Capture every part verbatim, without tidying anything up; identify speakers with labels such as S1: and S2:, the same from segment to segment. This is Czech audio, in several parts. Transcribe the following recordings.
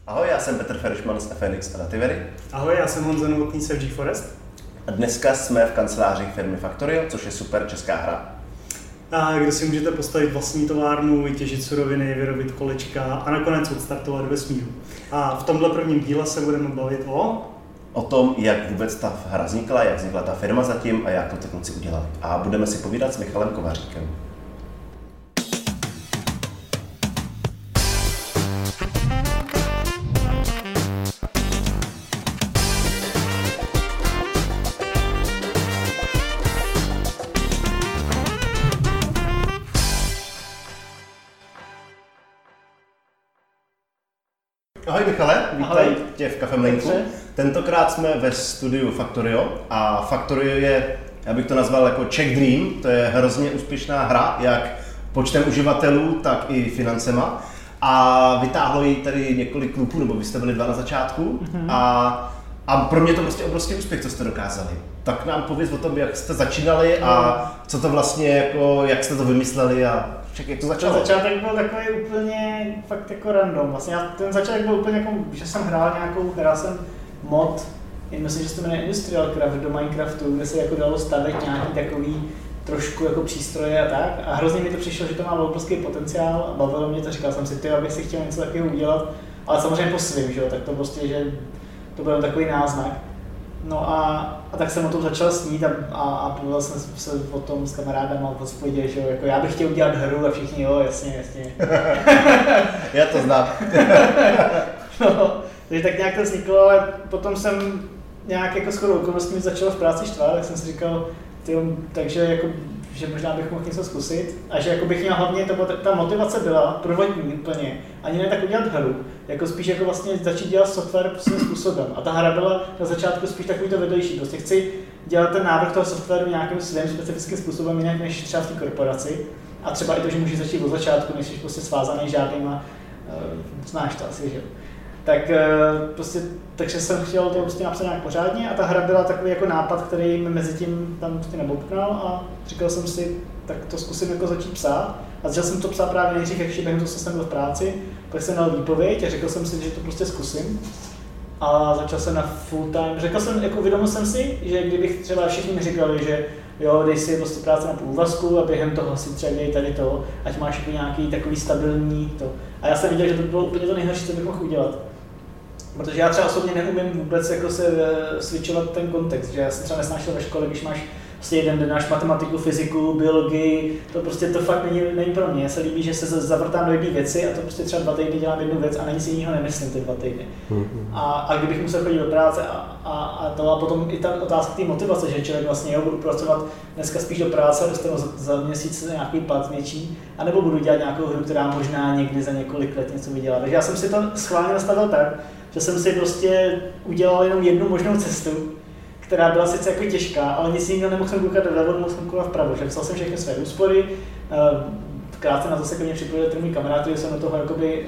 S1: Ahoj, já jsem Petr Ferešman z F N X Adativery.
S2: Ahoj, já jsem Honza Novotný z F G Forest.
S1: A dneska jsme v kanceláři firmy Factorio, což je super česká hra.
S2: A kde si můžete postavit vlastní továrnu, vytěžit suroviny, vyrobit kolečka a nakonec odstartovat vesmíru. A v tomhle prvním díle se budeme bavit o...
S1: O tom, jak vůbec ta hra vznikla, jak vznikla ta firma zatím a jak to ty kluci udělali. A budeme si povídat s Michalem Kovaříkem. Ahoj Michale, vítej tě v Cafe Mlýnku. Tentokrát jsme ve studiu Factorio a Factorio je, já bych to nazval jako Czech Dream, to je hrozně úspěšná hra, jak počtem uživatelů, tak i financema. A vytáhlo jí tady několik kluků, nebo vy jste byli dva na začátku mm-hmm. a, a pro mě to prostě obrovský úspěch, co jste dokázali. Tak nám pověz o tom, jak jste začínali a co to vlastně, jako, jak jste to vymysleli a však jak to začalo.
S3: Ten začátek byl takový úplně fakt jako random. Vlastně já, ten začátek byl úplně jako, že jsem hrál nějakou, hrál jsem mod, myslím, že se to jmenuje Industrial Craft do Minecraftu, kde se jako dalo stavět nějaký takový trošku jako přístroje a tak. A hrozně mi to přišlo, že to má obrovský potenciál a bavilo mě to, říkal jsem si, ty, abych si chtěl něco takového udělat, ale samozřejmě po svým, že jo, tak to prostě, že to byl takový náznak. No a, a tak jsem o tom začal snít a, a, a pověděl jsem se o tom s kamarádem a v hospodě, že jo, jako já bych chtěl udělat hru a všichni, jo, jasně, jasně.
S1: Já to znám.
S3: No, takže tak nějak to vzniklo, ale potom jsem nějak jako shodou okolností mi začalo v práci štvát, tak jsem si říkal, tyjo, takže jako, že možná bych mohl něco zkusit a že jako bych měl hlavně, to, ta motivace byla průvodní úplně, ani ne tak udělat hru, jako spíš jako vlastně začít dělat software svým způsobem. A ta hra byla na začátku spíš takový to vedlejší, prostě chci dělat ten návrh toho softwaru nějakým svým specifickým způsobem jinak než třeba v té korporaci. A třeba i to, že můžeš začít od začátku, než jsi prostě svázaný žádnýma, uh, znáš to asi, že jo. Tak uh, prostě, takže jsem chtěl to prostě napsat nějak pořádně a ta hra byla takový jako nápad, který mi mezi tím tam prostě nabobknal a říkal jsem si, tak to zkusím jako začít psát. A začal jsem to psát právě nejdřív, jak během toho jsem byl v práci, pak jsem dal výpověď a řekl jsem si, že to prostě zkusím. A začal jsem na full time, řekl jsem, jako uvědomil jsem si, že kdybych třeba všichni mi říkali, že jo, dej si prostě práci na půl úvazku a během toho si třeba děj tady to, ať máš jako nějaký takový stabilní to. A já jsem viděl, že to bylo úplně to nejhorší, co bych mohl udělat. Protože já třeba osobně neumím vůbec jako se switchovat ten kontext, že já jsem třeba nesnášel ve škole, když máš prostě jeden den máš matematiku, fyziku, biologii, to prostě to fakt není, není pro mě. Mně se líbí, že se zavrtám do jedné věci a to prostě třeba dva týdny dělám jednu věc a na nic jiného nemyslím ty dva týdny. Mm-hmm. A, a kdybych musel chodit do práce a, a, a to a potom i ta otázka té motivace, že člověk vlastně, jo, budu pracovat dneska spíš do práce, dostanu za, za měsíc nějaký plat větší, anebo budu dělat nějakou hru, která možná někdy za několik let něco vydělá. Takže já jsem si to schválně nastavil tak, že jsem si prostě udělal jenom jednu možnou cestu, která byla sice jako těžká, ale nic jiného nemohl jsem koukat doleva, nemohl jsem koukat vpravo, že vzal jsem všechny své úspory, krátce na to se ke mně připojil ten můj kamarád, který jsem do toho jakoby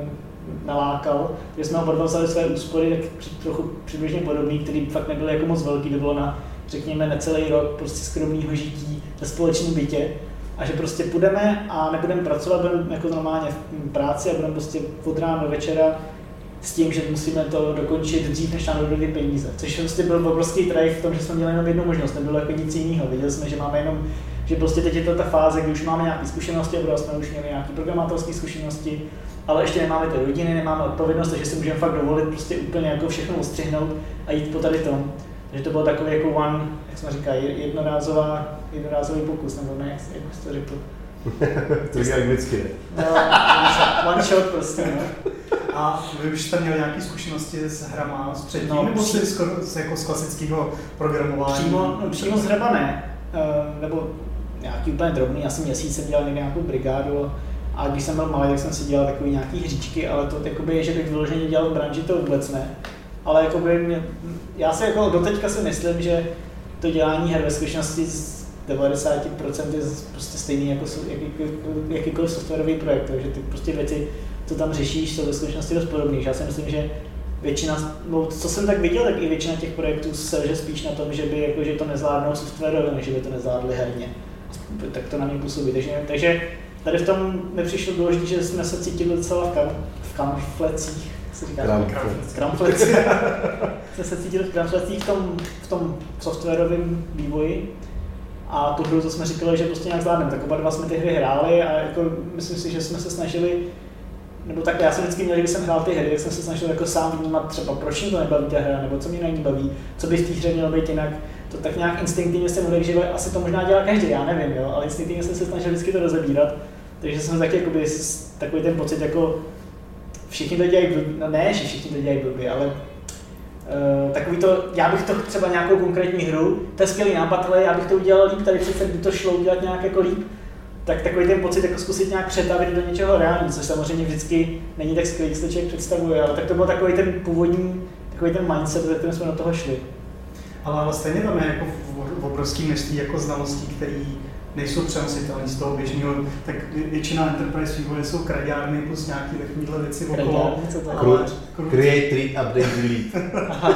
S3: nalákal, že jsme oba dva vzali své úspory, tak trochu přibližně podobný, který fakt nebyly jako moc velký, to bylo na, řekněme, necelý rok prostě skromného žití ve společném bytě. A že prostě půjdeme a nebudeme pracovat, budeme jako normálně v práci a budeme prostě od rána do večera s tím, že musíme to dokončit dřív, než nám dodají peníze. Což prostě byl obrovský drive v tom, že jsme měli jenom jednu možnost, nebylo jako nic jiného. Viděli jsme, že máme jenom, že prostě teď je to ta fáze, kdy už máme nějaké zkušenosti, a jsme už měli nějaké programátorské zkušenosti, ale ještě nemáme ty rodiny, nemáme odpovědnost, takže si můžeme fakt dovolit prostě úplně jako všechno ostřihnout a jít po tady tom. Takže to bylo takový jako one, jak jsme říkali, jednorázová, jednorázový pokus, nebo ne, jak jsi to řekl.
S1: To je anglicky,
S3: ne? No, one shot prostě, no.
S2: A vy už jste měli nějaké zkušenosti s hrama, s předtím,
S3: no,
S2: nebo jsi z, z, jako z klasického programování?
S3: Přímo, no, přímo z hrama ne, uh, nebo nějaký úplně drobný, asi měsíc jsem dělal někde nějakou brigádu a když jsem byl malý, tak jsem si dělal takový nějaký hříčky, ale to jakoby, že bych vyloženě dělal v branži, to vůbec ne. Ale jakoby mě, já si jako doteďka si myslím, že to dělání her ve skutečnosti z devadesát procent je prostě stejný jako jaký, jakýkoliv softwarový projekt, takže ty prostě věci, co tam řešíš, jsou ve skutečnosti dost podobný. Já si myslím, že většina, no, co jsem tak viděl, tak i většina těch projektů selže spíš na tom, že by jako, že to nezvládnou softwarově, než by to nezvládli herně. Tak to na mě působí. Takže, takže tady v tom mi přišlo důležité, že jsme se cítili docela v, kam, v kamflecích. se říká?
S1: Kramflec.
S3: Kramflec. Jsme se cítili v kramflecích v tom, v tom softwarovém vývoji. A tu hru, to jsme říkali, že prostě nějak zvládneme, tak oba dva jsme ty hry hráli a jako myslím si, že jsme se snažili, nebo tak já jsem vždycky měl, když jsem hrál ty hry, tak jsem se snažil jako sám vnímat třeba, proč mě to nebaví ta hra, nebo co mě na ní baví, co by v té hře mělo být jinak. To tak nějak instinktivně jsem uvěděl, že asi to možná dělá každý, já nevím, jo, ale instinktivně jsem se snažil vždycky to rozebírat. Takže jsem taky jakoby, takový ten pocit, jako všichni to dělají blbě, no ne, že všichni to dělají blbě, ale Uh, takový to, já bych to třeba nějakou konkrétní hru, to je skvělý nápad, ale já bych to udělal líp, tady přece by to šlo udělat nějak jako líp, tak takový ten pocit jako zkusit nějak přetavit do něčeho reálního, což samozřejmě vždycky není tak skvělý, jak se to člověk představuje, ale tak to byl takový ten původní, takový ten mindset, ve kterém jsme do toho šli.
S2: Ale, ale stejně tam je jako obrovský množství jako znalostí, které nejsou přenositelné z toho běžného, tak většina enterprise vývoje jsou kraďárny plus nějaké takovéhle věci okolo.
S1: Ale... Create, read, update, delete.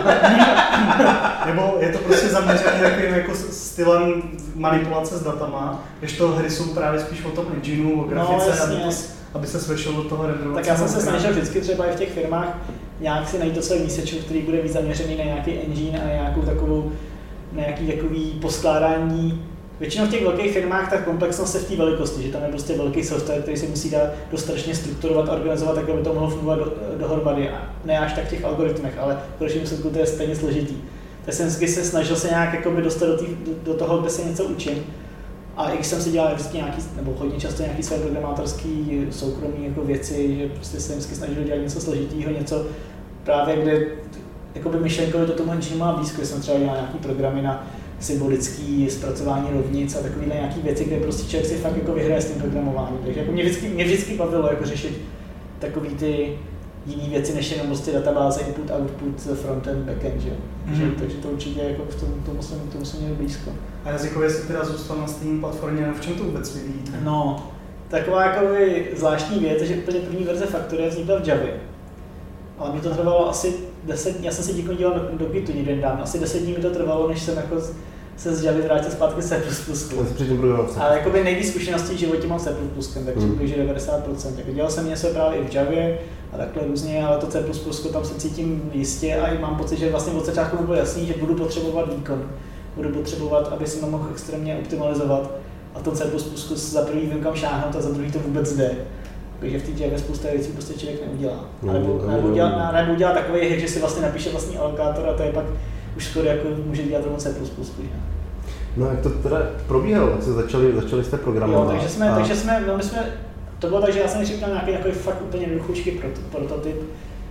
S2: Nebo je to prostě zaměřené takovým jako stylem manipulace s datama, když to hry jsou právě spíš o tom engineu, o grafice, no, aby, to, aby se svešlo do toho renderovacího.
S3: Tak já jsem se snažil vždycky třeba i v těch firmách nějak si najít to své mísečko, který bude víc zaměřený na nějaký engine a na nějakou takovou, na nějaký takový poskládání. Většinou v těch velkých firmách ta komplexnost je v té velikosti, že tam je prostě velký software, který se musí dát dostatečně strukturovat a organizovat tak, aby to mohlo fungovat do, dohromady. A ne až tak v těch algoritmech, ale v konečném výsledku to je stejně složitý. Tak jsem vždycky se snažil se nějak jakoby dostat do, tý, do, do toho, kde se něco učím. A i když jsem si dělal vždycky nějaký, nebo hodně často nějaký své programátorské soukromé jako věci, že prostě jsem vždycky snažil dělat něco složitýho, něco právě kde jakoby myšlenkově do tomu engineu má blízko. Jsem třeba dělal nějaký programy na symbolický zpracování rovnic a takovéhle nějaké věci, kde prostě člověk si fakt jako vyhraje s tím programováním. Takže jako mě, vždycky, mě vždycky bavilo jako řešit takové ty jiné věci, než jenom prostě databáze, input, output, frontend, backend, že? Mm. Takže, takže to určitě jako v tom, tomu jsem, tomu jsem měl blízko.
S2: A jazykově jsi teda zůstal na stejné platformě, v čem to vůbec vyvíjíte?
S3: No, taková jakoby zvláštní věc, že úplně první verze Factoria vznikla v Javě. Ale mi to trvalo asi deset dní, já jsem se díky díval do, do Gitu jeden dám, asi deset dní mi to trvalo, než jsem jako se z Javy vrátil zpátky C plus plus. Ale jakoby nejvíc zkušeností v životě mám C plus plus, takže hmm. že devadesát procent. Jako dělal jsem něco právě i v Javě a takhle různě, ale to C plus plus tam se cítím jistě a i mám pocit, že vlastně od začátku mi bylo jasný, že budu potřebovat výkon. Budu potřebovat, aby si to mohl extrémně optimalizovat a to C plus plus za první vím kam šáhnout a za druhý to vůbec jde. Takže v té Javě spousta věcí prostě člověk neudělá. A nebo, nebo, udělá, nebo udělá takový hack, že si vlastně napíše vlastní alokátor a to je pak už skoro jako může dělat rovnou C plus plus.
S1: No jak to teda probíhalo, jak se začali, začali jste programovat?
S3: Jo, takže jsme, a... takže jsme, no my jsme, to bylo tak, že já jsem říkal nějaký, nějaký fakt úplně jednoduchoučký prototyp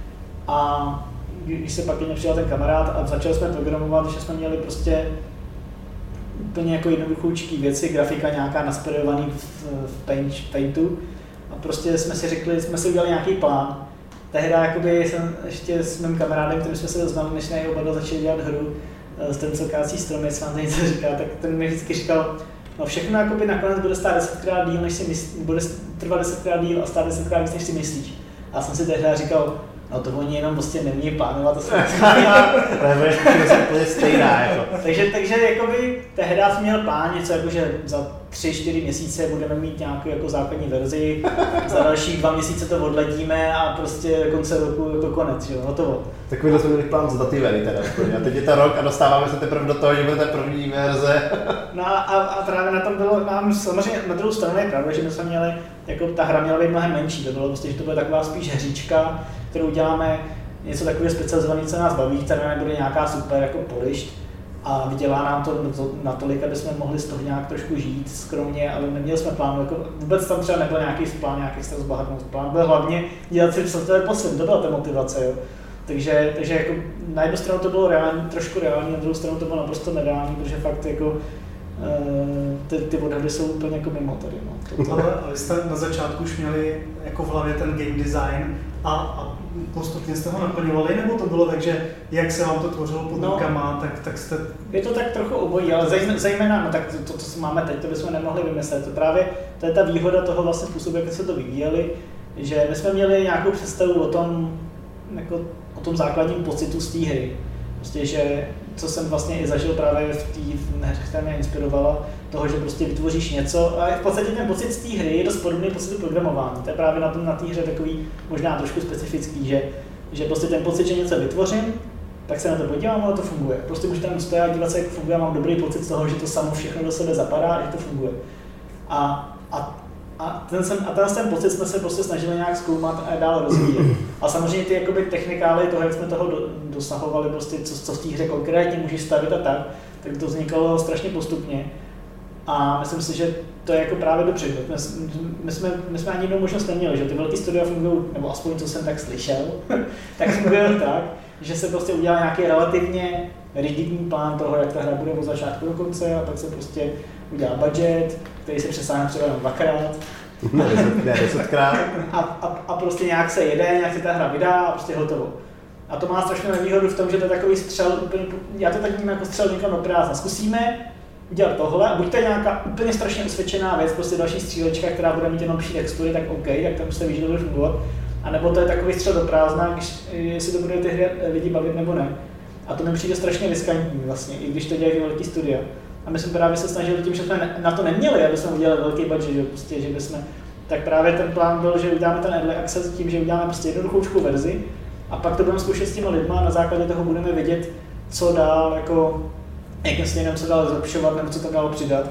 S3: a když se pak mě přijal ten kamarád a začali jsme programovat, že jsme měli prostě úplně jako jednoduchoučký věci, grafika nějaká naspirovaný v, v paint, Paintu a prostě jsme si řekli, jsme si udělali nějaký plán. Tehdy jakoby jsem ještě s mým kamarádem, kterým jsme se znali, než na oba začali dělat hru, ten celkácí strom, jestli vám to něco říká, tak ten mi vždycky říkal, no všechno jakoby nakonec bude stát desetkrát díl, než si myslíš, bude trvat desetkrát díl a stát desetkrát víc, než si myslíš. A já jsem si tehdy říkal, no to oni jenom prostě neumí plánovat, to se
S1: bude úplně stejná. Jako.
S3: takže, takže jakoby tehdy jsem měl plán něco jako, že za tři čtyři měsíce budeme mít nějakou jako základní verzi, za další dva měsíce to odledíme a prostě konce roku je to konec, jo, hotovo.
S1: Takovýhle jsme měli plán z Datively teda, a teď je to rok a dostáváme se teprve do toho, že bude ta první verze.
S3: No a, a právě na tom bylo, mám samozřejmě na druhou stranu je pravda, že my jsme měli, jako ta hra měla být mnohem menší, to bylo prostě, že to bude taková spíš hříčka, kterou děláme něco takového specializovaného, co nás baví, která nebude nějaká super jako polišť a vydělá nám to natolik, aby jsme mohli z toho nějak trošku žít skromně, ale neměli jsme plán, jako vůbec tam třeba nebyl nějaký plán, nějaký se rozbohatnout. Plán byl hlavně dělat si software po svém, to byla ta motivace, jo. Takže, takže jako na jednu stranu to bylo reální, trošku reální, na druhou stranu to bylo naprosto nereální, protože fakt jako ty, ty odhady jsou úplně jako mimo tady. No.
S2: To, ale vy jste na začátku už měli jako v hlavě ten game design a, a postupně jste ho naplňovali, nebo to bylo tak, že jak se vám to tvořilo pod
S3: no,
S2: rukama, tak, tak jste...
S3: Je to tak trochu obojí, ale zejména, no tak to, to, co máme teď, to bychom nemohli vymyslet. To právě to je ta výhoda toho vlastně způsobu, jak se to vyvíjeli, že my jsme měli nějakou představu o tom, jako, o tom základním pocitu z té hry. Prostě, že co jsem vlastně i zažil právě v té hře, která mě inspirovala, toho, že prostě vytvoříš něco a v podstatě ten pocit z té hry je dost podobný pocitu programování. To je právě na tom na té hře takový možná trošku specifický, že že prostě ten pocit, že něco vytvořím, tak se na to podívám, ale to funguje. Prostě můžu tam stát a dívat se, jak funguje, mám dobrý pocit z toho, že to samo všechno do sebe zapadá a že to funguje. A, a, a, ten, jsem, a ten, ten pocit jsme se prostě snažili nějak zkoumat a dál rozvíjet. A samozřejmě ty jakoby technikály toho, jak jsme toho do, dosahovali, prostě co, co v té hře konkrétně můžeš stavit a tak, tak to vznikalo strašně postupně. A myslím si, že to je jako právě dobře. My, my, jsme, my jsme ani jinou možnost neměli, že ty velké studia fungují, nebo aspoň co jsem tak slyšel, tak fungují tak, že se prostě udělá nějaký relativně rigidní plán toho, jak ta hra bude od začátku do konce a pak se prostě udělá budget, který se přesáhne třeba jenom dvakrát.
S1: Ne, desetkrát.
S3: A, a, a prostě nějak se jede, nějak se ta hra vydá a prostě hotovo. A to má strašnou nevýhodu v tom, že to je takový střel, úplně, já to tak vnímám jako střel někam do prázdna. Zkusíme udělat tohle a buď to je nějaká úplně strašně osvědčená věc, prostě další střílečka, která bude mít jenom lepší textury, tak OK, tak tam se ví, že to bude fungovat. A nebo to je takový střel do prázdna, když, jestli to bude ty hry lidi bavit nebo ne. A to mi přijde strašně riskantní vlastně, i když to dělají velký studia. A my jsme právě se snažili tím, že jsme na to neměli, aby jsme udělali velký budget, že, prostě, že bychom, tak právě ten plán byl, že uděláme ten early access tím, že uděláme prostě jednoduchou verzi a pak to budeme zkoušet s těma lidma a na základě toho budeme vědět, co dál, jako, jakým směrem co dál zlepšovat nebo co tam dál přidat.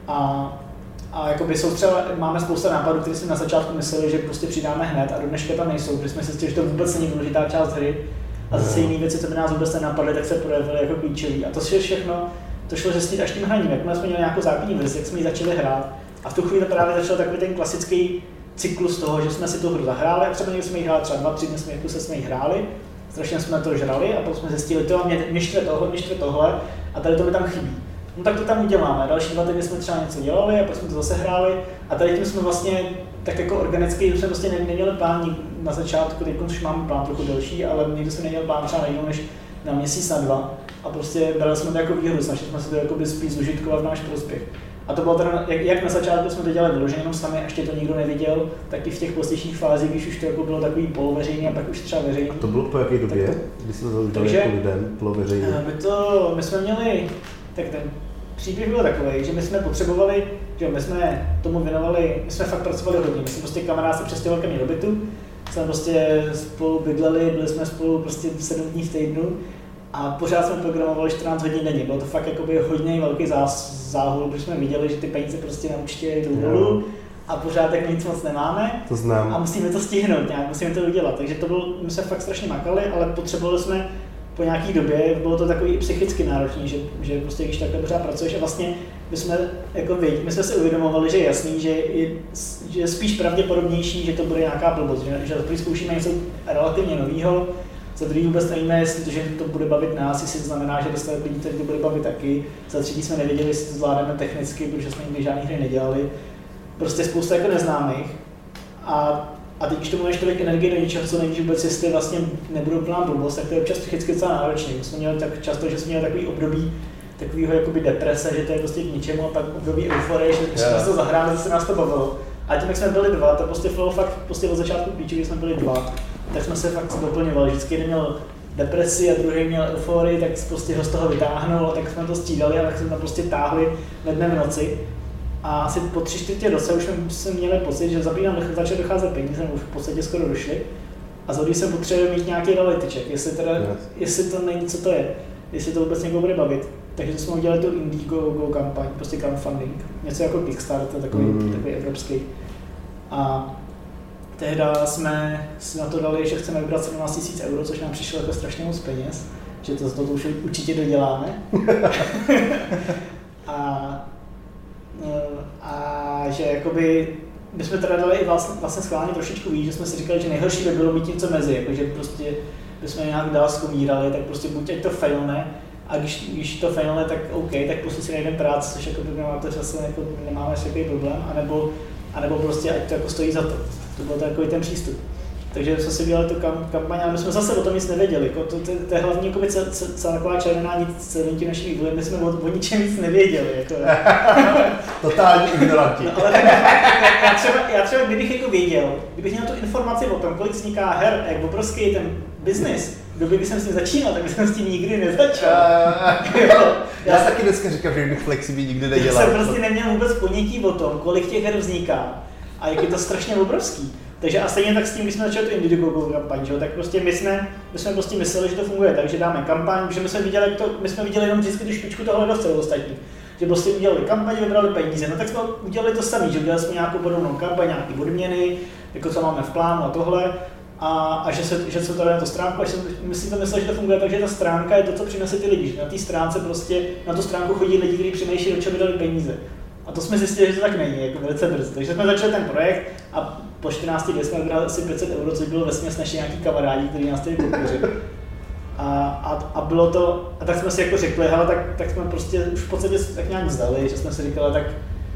S3: A, a jakoby jsou třeba, máme spousta nápadů, které si na začátku mysleli, že prostě přidáme hned a do dneška tam nejsou, protože jsme si zjistili, že to vůbec není důležitá část hry. A zase jiné věci, co by nás vůbec nenapadly, tak se projevily jako klíčové. A to je všechno, to šlo zjistit až tím hraním. Jakmile jsme měli nějakou základní verzi, jak jsme ji začali hrát. A v tu chvíli právě začal takový ten klasický cyklus toho, že jsme si tu hru zahráli a třeba někdy jsme ji hráli třeba dva, tři dny jsme, jako se jsme ji hráli. Strašně jsme to žrali a potom jsme zjistili, to mě, mě štve tohle, mě štve tohle a tady to mi tam chybí. No tak to tam uděláme. Další dva týdny jsme třeba něco dělali a pak jsme to zase hráli a tady tím jsme vlastně tak jako organicky jsme prostě neměli plán na začátku, teď už máme plán trochu delší, ale nikdy jsme neměli plán třeba nejdíl než na měsíc, na dva a prostě brali jsme to jako výhodu, snažili jsme se to jakoby spíš zužitkovat v náš prospěch. A to bylo teda, jak, jak na začátku jsme to dělali vyloženě jenom sami, ještě to nikdo neviděl, tak i v těch pozdějších fázích, když už to jako bylo takový poloveřejný a pak už třeba veřejný.
S1: A to bylo po jaké době,
S3: to,
S1: kdy jsme to udělali jako lidem, poloveřejný?
S3: My to, my jsme měli, tak ten příběh byl takový, že my jsme potřebovali, že my jsme tomu věnovali, my jsme fakt pracovali hodně, my jsme prostě kamarád se přestěhoval ke mně do bytu, jsme prostě spolu bydleli, byli jsme spolu prostě sedm dní v týdnu a pořád jsme programovali čtrnáct hodin denně, bylo to fakt jakoby hodně velký záhul, protože jsme viděli, že ty peníze prostě na účtě jdou dolů a pořád tak nic moc nemáme
S1: to znám.
S3: A musíme to stihnout nějak, musíme to udělat, takže to bylo, my jsme fakt strašně makali, ale potřebovali jsme po nějaký době, bylo to takový i psychicky náročný, že, že prostě když takhle pořád pracuješ a vlastně my jsme, jako věděli, my jsme si uvědomovali, že je jasný, že je, že je spíš pravděpodobnější, že to bude nějaká blbost, že, že za zkoušíme něco relativně novýho, za druhý vůbec nevíme, jestli to, že to bude bavit nás, jestli to znamená, že dostatek lidí to bude bavit taky, za třetí jsme nevěděli, jestli to zvládneme technicky, protože jsme nikdy žádný hry nedělali, prostě spousta jako neznámých a A teď, když tomu máš tolik energie do něčeho, co nevíš vůbec, jestli vlastně nebudou plná blbost, tak to je občas psychicky docela náročné. My jsme měli tak často, že jsme měli takový období takového jakoby deprese, že to je prostě k ničemu a pak období euforie, že jsme yeah. to zahráli, zase nás to bavilo. A tím, jak jsme byli dva, to prostě flow fakt prostě od začátku klíčový, jsme byli dva, tak jsme se fakt doplňovali. Vždycky jeden měl depresi a druhý měl euforii, tak prostě ho z toho vytáhnul, tak jsme to střídali a tak jsme to prostě táhli ve dne v noci. A asi po tři čtvrtě roce už jsme měli pocit, že zabývám začaly docházet peníze, už v podstatě skoro došly. A za když jsem potřeboval mít nějaký reality check, jestli, teda, yes. jestli to není, co to je, jestli to vůbec někoho bude bavit. Takže jsme udělali tu Indiegogo kampaň, prostě crowdfunding, něco jako Kickstarter, takový, mm. takový evropský. A tehdy jsme si na to dali, že chceme vybrat sedmnáct tisíc euro, což nám přišlo jako strašně moc peněz, že to, to, to už určitě doděláme. a a že jakoby bychom teda dali i vlastně, vlastně schválně trošičku víc, že jsme si říkali, že nejhorší by bylo mít něco mezi, jakože prostě bychom nějak dál zkomírali, tak prostě buď ať to failne, a když, když to failne, tak OK, tak prostě si najdeme práci, což jako by na to čase jako nemáme takový problém, anebo, anebo prostě ať to jako stojí za to. To byl takový ten přístup. Takže jsme si dělali tu kam, kampaň, ale my jsme zase o tom nic nevěděli. Jako to, to, to je hlavně jako celá taková červená nic celým tím naší vývojem, my jsme o, o ničem nic nevěděli. Jako.
S1: Totální ignoranti.
S3: No, ale tak, já, třeba, já třeba kdybych jako věděl, kdybych měl tu informaci o tom, kolik vzniká her, jak obrovský ten biznis, v době, kdy jsem s tím začínal, tak jsem s tím nikdy nezačal.
S1: já, já taky dneska říkám, že bych Flexiby nikdy nedělal.
S3: Já jsem prostě neměl vůbec ponětí o tom, kolik těch her vzniká a jak je to strašně obrovský. Takže a stejně tak s tím, když jsme začali tu Indiegogo kampaň, že? Tak prostě my jsme, my jsme prostě mysleli, že to funguje tak, že dáme kampaň, že my jsme viděli, to, my jsme viděli jenom vždycky tu špičku toho ledovce ostatní. Že prostě udělali kampaň, vybrali peníze, no tak jsme udělali to samý, že udělali jsme nějakou podobnou kampaň, nějaký odměny, jako co máme v plánu a tohle. A, a že se, že se to dá na tu stránku, až jsem, my si to mysleli, že to funguje tak, že ta stránka je to, co přinese ty lidi, že na té stránce prostě, na tu stránku chodí lidi, kteří přemýšlí, do čeho vydali peníze. A to jsme zjistili, že to tak není, jako velice brzy. Takže jsme začali ten projekt a po čtrnácti dnech jsme vybrali asi pět set euro, což bylo vesměs naši nějaký kamarádi, kteří nás tady podpořili. A, a, a bylo to, a tak jsme si jako řekli, hele, tak, tak jsme prostě už v podstatě tak nějak vzdali, že jsme si říkali, tak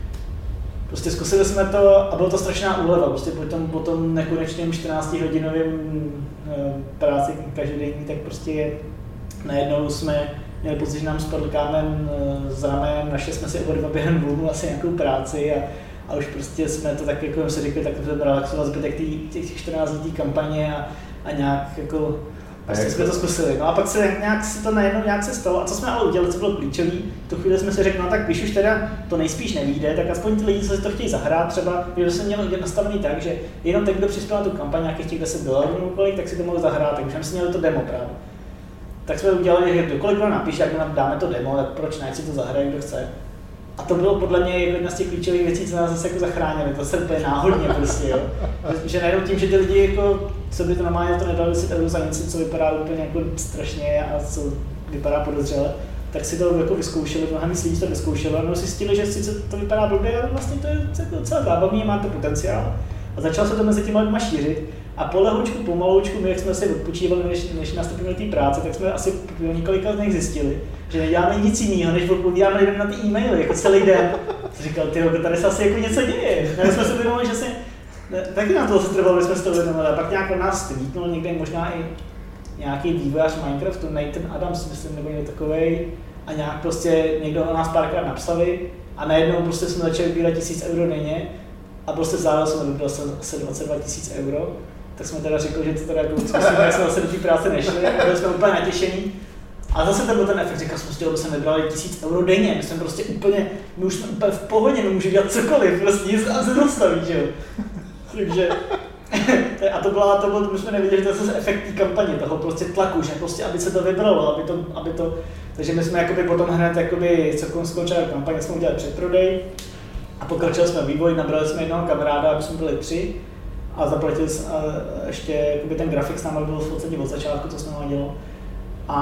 S3: prostě zkusili jsme to a bylo to strašná úleva, prostě po tom, po tom nekonečném čtrnáctihodinovém práci každodenní, tak prostě najednou jsme měli pocit, že nám spadl kámen z ramen, našli jsme si oba dva během dvou asi nějakou práci a, a už prostě jsme to tak jako se řekli, tak to budeme relaxovat zbytek těch čtrnáct dní kampaně a, a nějak jako prostě jsme to zkusili. No a pak se nějak se to najednou nějak se stalo. A co jsme ale udělali, co bylo klíčový, tu chvíli jsme si řekli, no tak když už teda to nejspíš nevyjde, tak aspoň ty lidi, co si to chtějí zahrát, třeba, že jsem měl nastavený tak, že jenom ten, kdo přispěl na tu kampaň nějakých těch deset dolarů kolik, tak si to mohl zahrát, takže jsme si měli to demo právě. Tak jsme udělali, že kdokoliv kdo napíše, tak nám dáme to demo, tak proč ne, si to zahraje, kdo chce. A to bylo podle mě jedna z těch klíčových věcí, co nás zase jako zachránili, to se úplně náhodně prostě, jo. Že, že najednou tím, že ty lidi jako, co by to normálně to nedali deset euro za něco, co vypadá úplně jako strašně a co vypadá podezřele, tak si to jako vyzkoušeli, mnohem víc lidí to vyzkoušelo a zjistili, že sice to vypadá blbě, ale vlastně to je docela zábavný, má to potenciál. A začalo se to mezi těma lidma šířit. A polehoučku, pomaloučku, my jak jsme si odpočívali, než, než nastoupíme do té práce, tak jsme asi po několika dnech zjistili, že neděláme nic jiného, než odpovídáme lidem na ty e-maily, jako celý den. Jsem říkal, ty tady se asi jako něco děje. A jsme si uvědomili, že se, ne, taky nám toho se trvalo, jsme si to uvědomili. A pak nějak od nás tweetnul někde možná i nějaký vývojář Minecraftu, Nathan Adams, myslím, nebo někdo takovej. A nějak prostě někdo na nás párkrát napsali a najednou prostě jsme začali vybírat tisíc euro denně. A prostě zároveň jsme vybral asi dvacet dva tisíc euro, tak jsme teda řekli, že to teda jako zkusíme, jak jsme zase do té práce nešli a byli jsme úplně natěšení. A zase to byl ten efekt, říkal jsem, že jsme vybrali tisíc euro denně, my jsme prostě úplně, my už jsme úplně v pohodě, my můžeme dělat cokoliv, prostě nic a se zastaví, že jo. Takže, a to byla, to bylo, my jsme nevěděli, že to je zase efekt té kampaně, toho prostě tlaku, že prostě, aby se to vybralo, aby to, aby to, takže my jsme jakoby potom hned, jakoby, co skončila kampaně, jsme udělali předprodej. A pokračovali jsme vývoj, nabrali jsme jednoho kamaráda, aby jsme byli tři a zaplatili jsme a ještě jakoby ten grafik s námi byl v podstatě od začátku, co jsme dělali. A,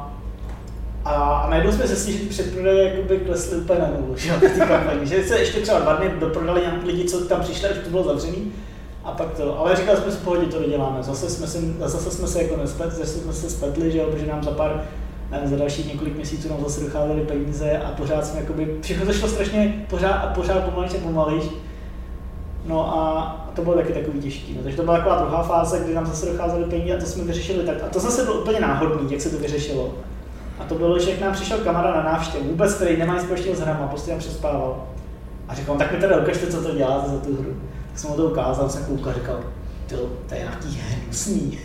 S3: a, a najednou jsme zjistili, že ty předprodeje jakoby klesly úplně na nulu, že ty kampaně, že se ještě třeba dva dny doprodali nějaký lidi, co tam přišli, už to bylo zavřený. A pak to, ale říkali jsme si, v pohodě to doděláme, zase jsme, si, zase jsme se jako nespletli, zase jsme se spletli, že jo, protože nám za pár nevím, za dalších několik měsíců nám zase docházely peníze a pořád jsme jakoby, všechno to šlo strašně pořád a pořád pomalejš a pomalejš. No a to bylo taky takový těžký. No, takže to byla taková druhá fáze, kdy nám zase docházely peníze a to jsme vyřešili tak. A to zase bylo úplně náhodný, jak se to vyřešilo. A to bylo, že jak nám přišel kamarád na návštěvu, vůbec který nemá nic společného s hrama, prostě tam přespával. A říkal, tak mi teda ukažte, co to děláte za tu hru. Tak jsem mu to ukázal, jsem koukal a říkal, to, to je nějaký hnusný.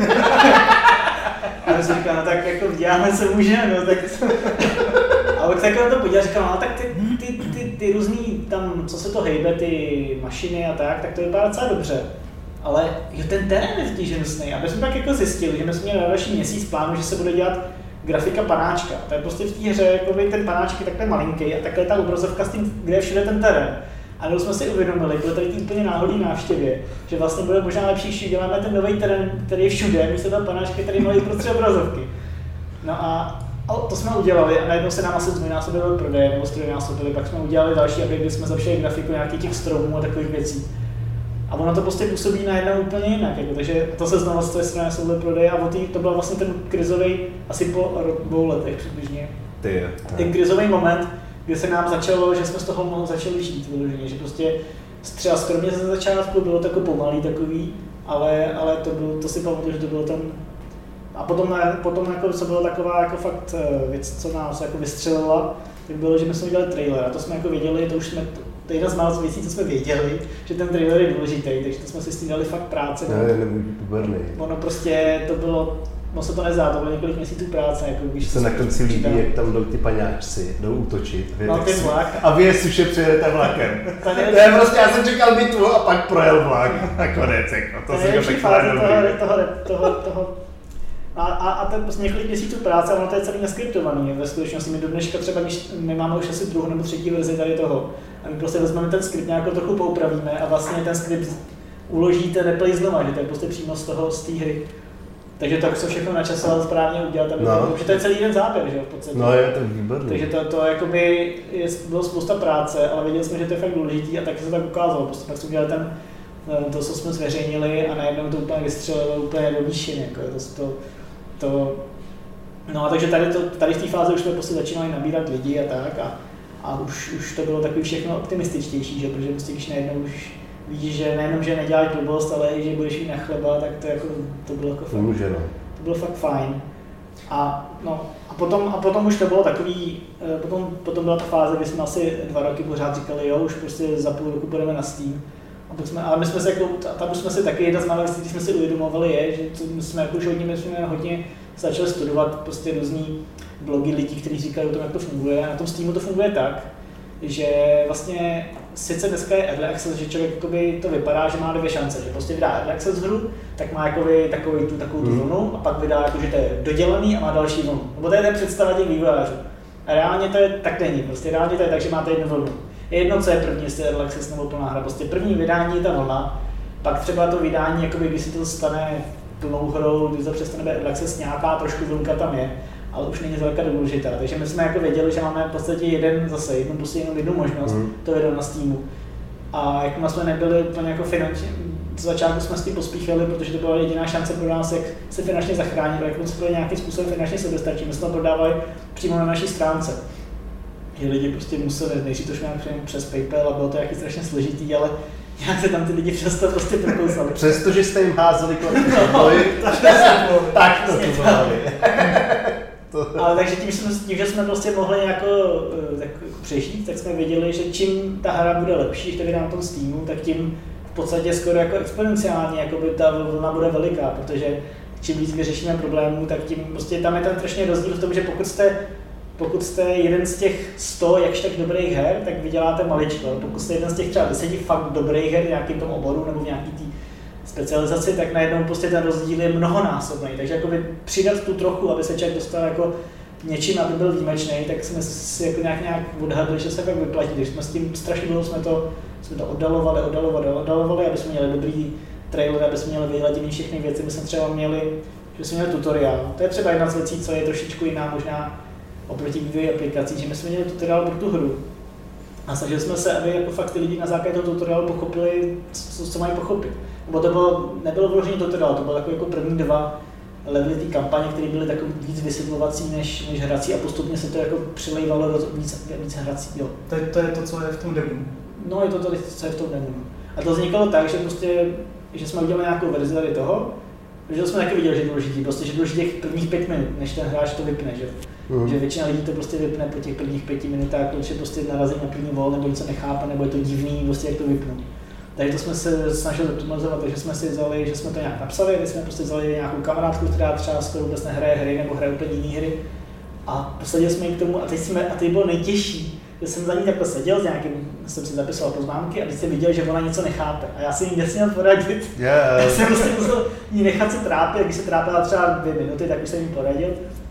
S3: A jsem říkal, no tak jako děláme se může, no tak... A pak takhle to podíval, říkal, no tak ty, ty, ty, ty různý tam, co se to hejbe, ty mašiny a tak, tak to vypadá docela dobře. Ale jo, ten terén je totiž hnusný. A my jsme tak jako zjistili, že my jsme měli na další měsíc plánu, že se bude dělat grafika panáčka. To je prostě v té hře, jako ten panáček je takhle malinký a takhle ta obrazovka s tím, kde je všude ten terén. A když jsme si uvědomili, bylo tady ty úplně náhodný návštěvě, že vlastně bude možná lepší, když děláme ten nový terén, který je všude, místo toho panáčky, který mají prostě obrazovky. No a, a to jsme udělali a najednou se nám asi zdvojnásobili prodeje, nebo strojnásobili, pak jsme udělali další update, kdy jsme zlepšili grafiku nějakých těch stromů a takových věcí. A ono to prostě působí najednou úplně jinak, jako, takže to se znovu z té strany byly prodeje a tý, to byl vlastně ten krizový, asi po dvou letech přibližně,
S1: Ty,
S3: ten krizový moment, kdy se nám začalo, že jsme z toho začali žít vyloženě, že prostě třeba skromně ze začátku bylo to jako pomalý takový, ale, ale to, bylo, to si pamatuju, že to bylo ten. A potom, potom jako, co bylo taková jako fakt věc, co nás jako vystřelila, tak bylo, že my jsme udělali trailer a to jsme jako věděli, to už jsme, to je jedna z málo věcí, co jsme věděli, že ten trailer je důležitý, takže to jsme si s tím dali fakt práci.
S1: Ne, nemůžu puberný.
S3: Ono prostě to bylo, moc se to nezdá, to bylo několik měsíců práce. Jako když
S1: se na konci líbí, jak tam jdou ty paňáčci, jdou útočit.
S3: No, ten vlak.
S1: A vy je suše přijedete vlakem. To je prostě, já jsem čekal bitvu a pak projel vlak. A konec, jako. To se
S3: nejlepší fáze toho, toho, toho, toho, a, a, a ten prostě několik měsíců práce, ono to je celý neskriptovaný. Ve skutečnosti my do dneška třeba, když my máme už asi druhou nebo třetí verzi tady toho, a my prostě vezmeme ten skript nějak trochu poupravíme a vlastně ten skript uložíte replay znova, že to je prostě přímo z toho, z té hry. Takže to se všechno načasovat správně udělat, aby no. to, že to je celý jeden záběr, že v podstatě.
S1: No je to výborný.
S3: Takže to, to jakoby je, bylo spousta práce, ale věděli jsme, že to je fakt důležitý a taky se tak ukázalo. Prostě pak jsme udělali ten, to, co jsme zveřejnili a najednou to úplně vystřelilo úplně do výšiny. Jako to, to, to, no a takže tady, to, tady v té fázi už jsme prostě začínali nabírat lidi a tak a, a už, už to bylo takový všechno optimističtější, že? Protože prostě když najednou už víš, že nejenom, že neděláš blbost, ale i že budeš jít na chleba, tak to, jako, to bylo jako fakt,
S1: Může, no.
S3: to bylo fakt fajn. A, no, a, potom, a potom už to bylo takový, potom, potom byla ta fáze, kdy jsme asi dva roky pořád říkali, jo, už prostě za půl roku budeme na Steam. A jsme, ale my jsme se jako, tam už jsme si taky, jedna z malých věcí, jsme si uvědomovali, je, že my jsme jako už hodně, my jsme hodně začali studovat prostě různý blogy lidí, kteří říkají o tom, jak to funguje. A na tom Steamu to funguje tak, že vlastně sice dneska je Early Access, že člověk jakoby to vypadá, že má dvě šance, že prostě vydá Early Access hru, tak má jakoby takový tu, takovou tu vlnu a pak vydá, jako, že to je dodělaný a má další vlnu. Nebo to je představa těch vývojářů. A reálně to je tak není, prostě reálně to je tak, že máte jednu vlnu. Je jedno, co je první, jestli je Early Access nebo plná hra, prostě první vydání je ta vlna, pak třeba to vydání, jakoby, když si to stane plnou hrou, když to přestane být Early Access, nějaká trošku vlnka tam je, ale už není zdaleka důležitá. Takže my jsme jako věděli, že máme v podstatě jeden zase, jednu, prostě jenom jednu možnost, mm. to vydat na Steamu. A jak jsme nebyli úplně jako finančně, z začátku jsme s tím pospíchali, protože to byla jediná šance pro nás, jak se finančně zachránit, jak jsme byli nějakým způsobem finančně sebestačí. My jsme to prodávali přímo na naší stránce. Že lidi prostě museli, nejdřív to šlo přes PayPal a bylo to jaký strašně složitý, ale jak se tam ty lidi přesto prostě prokousali.
S1: Přestože jste jim házeli kolem
S3: no,
S1: tak to tu zvládli.
S3: Ale takže tím, tím, že jsme prostě mohli jako, tak, jako přežít, tak jsme věděli, že čím ta hra bude lepší, když to vydá na tom Steamu, tak tím v podstatě skoro jako exponenciálně jakoby ta vlna bude veliká, protože čím víc vyřešíme problémů, tak tím prostě tam je ten strašný rozdíl v tom, že pokud jste Pokud jste jeden z těch sto jakž tak dobrých her, tak vyděláte maličko. Pokud jste jeden z těch třeba deseti fakt dobrých her v nějakém tom oboru nebo v nějaký té specializaci, tak najednou prostě ten rozdíl je mnohonásobný. Takže jakoby přidat tu trochu, aby se člověk dostal jako něčím, aby byl výjimečný, tak jsme si jako nějak, nějak odhadli, že se tak vyplatí. Když jsme s tím strašně dlouho jsme to, jsme to oddalovali, oddalovali, oddalovali, aby jsme měli dobrý trailer, aby jsme měli vyhledění všechny věci. My jsme třeba měli, že jsme měli tutoriál. To je třeba jedna z věcí, co je trošičku jiná možná oproti vývoji aplikací, že my jsme měli tutoriál pro tu hru. A snažili jsme se, aby jako fakt ty lidi na základě toho tutoriálu pochopili, co, co mají pochopit. Nebo to bylo, nebylo vložený tutoriál, to bylo jako, jako první dva levely té kampaně, které byly takový víc vysvětlovací než, než hrací a postupně se to jako přilejvalo do víc, víc hrací. Jo.
S2: To, je, to je to, co je v tom demo.
S3: No, je to to, co je v tom demo. A to vzniklo tak, že prostě, že jsme udělali nějakou verzi tady toho, protože to jsme taky viděli, že je důležitý, prostě, že důležitý těch prvních pět minut, než ten hráč to vypne, že? Mm. Že většina lidí to prostě vypne po těch prvních pěti minutách, protože prostě narazí na první vol, nebo něco nechápe, nebo je to divný, prostě jak to vypnou. Takže to jsme se snažili optimalizovat, takže jsme si vzali, že jsme to nějak napsali, když jsme prostě vzali nějakou kamarádku, která třeba skoro vůbec nehraje hry, nebo hraje úplně jiné hry. A posadili jsme ji k tomu, a teď, jsme, a teď bylo nejtěžší, že jsem za ní takhle seděl, s nějakým, jsem si zapisoval poznámky a teď jsem viděl, že ona něco nechápe. A já jsem jí nesměl poradit.
S1: Yeah.
S3: Já jsem prostě musel jí nechat se trápit, když se trápila třeba dvě minuty, tak už jsem jí poradil.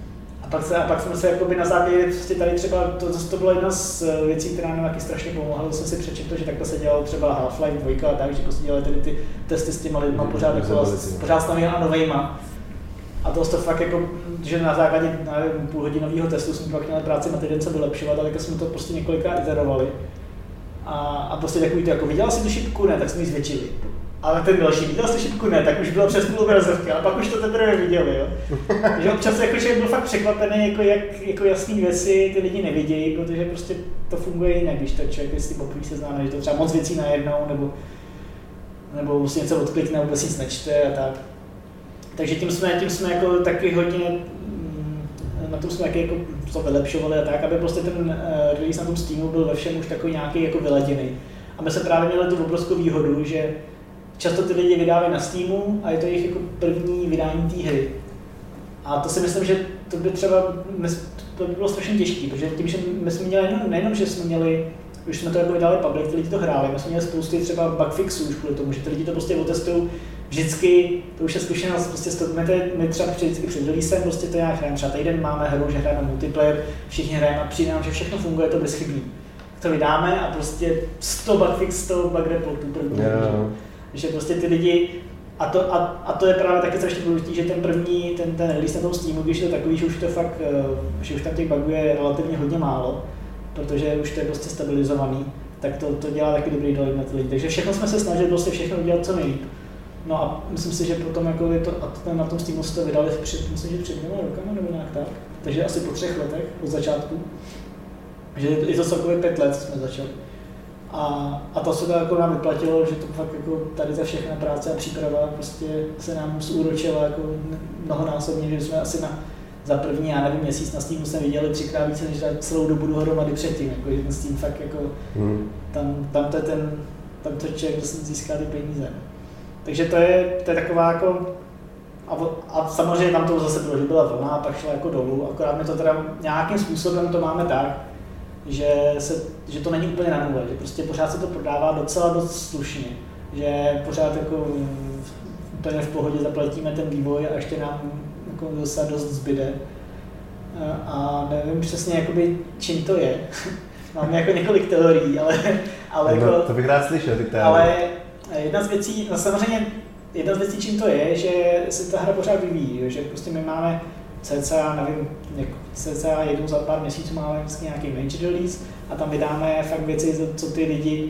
S3: A pak, se, a pak jsme se jakoby na základě prostě tady třeba, to, to, to byla jedna z věcí, která nám taky strašně pomohla, jsem si přečetl, že takto se dělalo třeba Half-Life dva a tak, že prostě dělali tady ty testy s těma lidma pořád, jako, pořád s novýma a novejma. A to to fakt jako, že na základě nevím, půlhodinového testu jsme pak měli práci na týden co vylepšovat, ale jsme to prostě několikrát iterovali. A, a prostě takový to jako, viděla jsi tu šipku? Ne, tak jsme ji zvětšili. Ale ten další, viděl jsi šipku? Ne, tak už bylo přes půl obrazovky, ale pak už to teprve viděli, jo. Takže občas jako člověk byl fakt překvapený, jako jak jako jasný věci ty lidi nevidějí, protože prostě to funguje jinak, když to člověk s tím poprvé seznámí, že to třeba moc věcí najednou, nebo, nebo musí něco odklikne, vůbec nic nečte a tak. Takže tím jsme, tím jsme jako taky hodně, na tom jsme taky jako to vylepšovali a tak, aby prostě ten uh, release na tom Steamu byl ve všem už takový nějaký jako vyladěný. A my se právě měli tu obrovskou výhodu, že často ty lidi vydávají na Steamu a je to jejich jako první vydání té hry. A to si myslím, že to by třeba, to by bylo strašně těžké, protože tím, že my jsme měli nejenom, nejenom že jsme měli, už jsme to jako vydali public, ty lidi to hráli, my jsme měli spousty třeba bugfixů už kvůli tomu, že ty lidi to prostě otestují vždycky, to už je zkušenost, prostě to, my, tady, my třeba vždycky před releasem, prostě to nějak hrajeme, třeba týden máme hru, že hrajeme multiplayer, všichni hrajeme a přijde nám, že všechno funguje, to bezchybný. To vydáme a prostě sto bugfix, sto bug reportů první, yeah. že, že prostě ty lidi, a to, a, a to je právě taky strašně důležité, že ten první, ten, ten release na tom Steamu, když je to takový, že už to fakt, že už tam těch bugů je relativně hodně málo, protože už to je prostě stabilizovaný, tak to, to dělá taky dobrý dojem na ty lidi. Takže všechno jsme se snažili prostě všechno udělat co nejlíp. No a myslím si, že potom jako je to, a to, na tom Steamu se to vydali před, myslím, že před dvěma rokama nebo nějak tak, takže asi po třech letech od začátku. Že je to celkově pět let, jsme začali. A, a to se to jako nám vyplatilo, že to fakt jako tady za všechna práce a příprava prostě se nám zúročila jako mnohonásobně, že jsme asi na, za první, já nevím, měsíc na Steamu jsme viděli třikrát více, než za celou dobu dohromady předtím, jako že ten Steam fakt jako, hmm. tam, tam to je ten, tam to člověk, kdo si získá ty peníze. Takže to je, to je taková jako, a, a samozřejmě tam to zase bylo, že byla vlna a pak šla jako dolů, akorát my to teda nějakým způsobem to máme tak, že, se, že to není úplně na nule, že prostě pořád se to prodává docela dost slušně, že pořád jako úplně v pohodě zaplatíme ten vývoj a ještě nám jako docela dost zbyde. A nevím přesně jakoby, čím to je. Máme jako několik teorií, ale, ale
S1: no,
S3: jako,
S1: to bych rád slyšel, ty teorie.
S3: Ale jedna z věcí, no samozřejmě jedna z věcí, čím to je, že se ta hra pořád vyvíjí, že prostě my máme cca, nevím, cca jednou za pár měsíců máme vždycky nějaký major release a tam vydáme fakt věci, co ty lidi,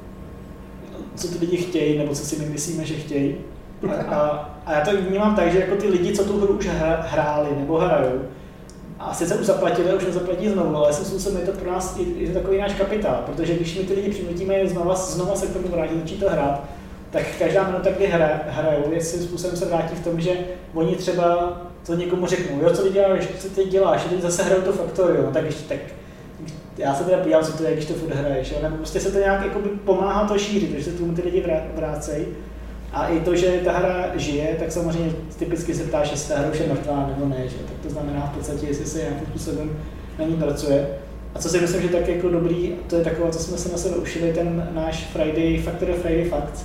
S3: co ty lidi chtějí, nebo co si my myslíme, že chtějí. A, a, a já to vnímám tak, že jako ty lidi, co tu hru už hra, hráli nebo hrajou, a sice už zaplatili, a už nezaplatí znovu, ale jsem způsobem je to pro nás je to takový náš kapitál, protože když my ty lidi přinutíme znova, znova se k tomu vrátit, začít to hrát, tak každá minuta, kdy hra, hrajou, je svým způsobem se vrátí v tom, že oni třeba to někomu řeknou, jo, co ty děláš, co ty děláš, teď zase hrajou to Factorio, no tak ještě tak, já se teda podívám, co to je, když to furt hraješ, jo, nebo prostě se to nějak jakoby pomáhá to šířit, protože se tomu ty lidi vrácejí. A i to, že ta hra žije, tak samozřejmě typicky se ptáš, jestli ta hra už je mrtvá nebo ne, že? Tak to znamená v podstatě, jestli se nějakým způsobem na ní pracuje. A co si myslím, že tak jako dobrý, to je takové, co jsme se na sebe ušili, ten náš Friday, Factorio Friday Facts.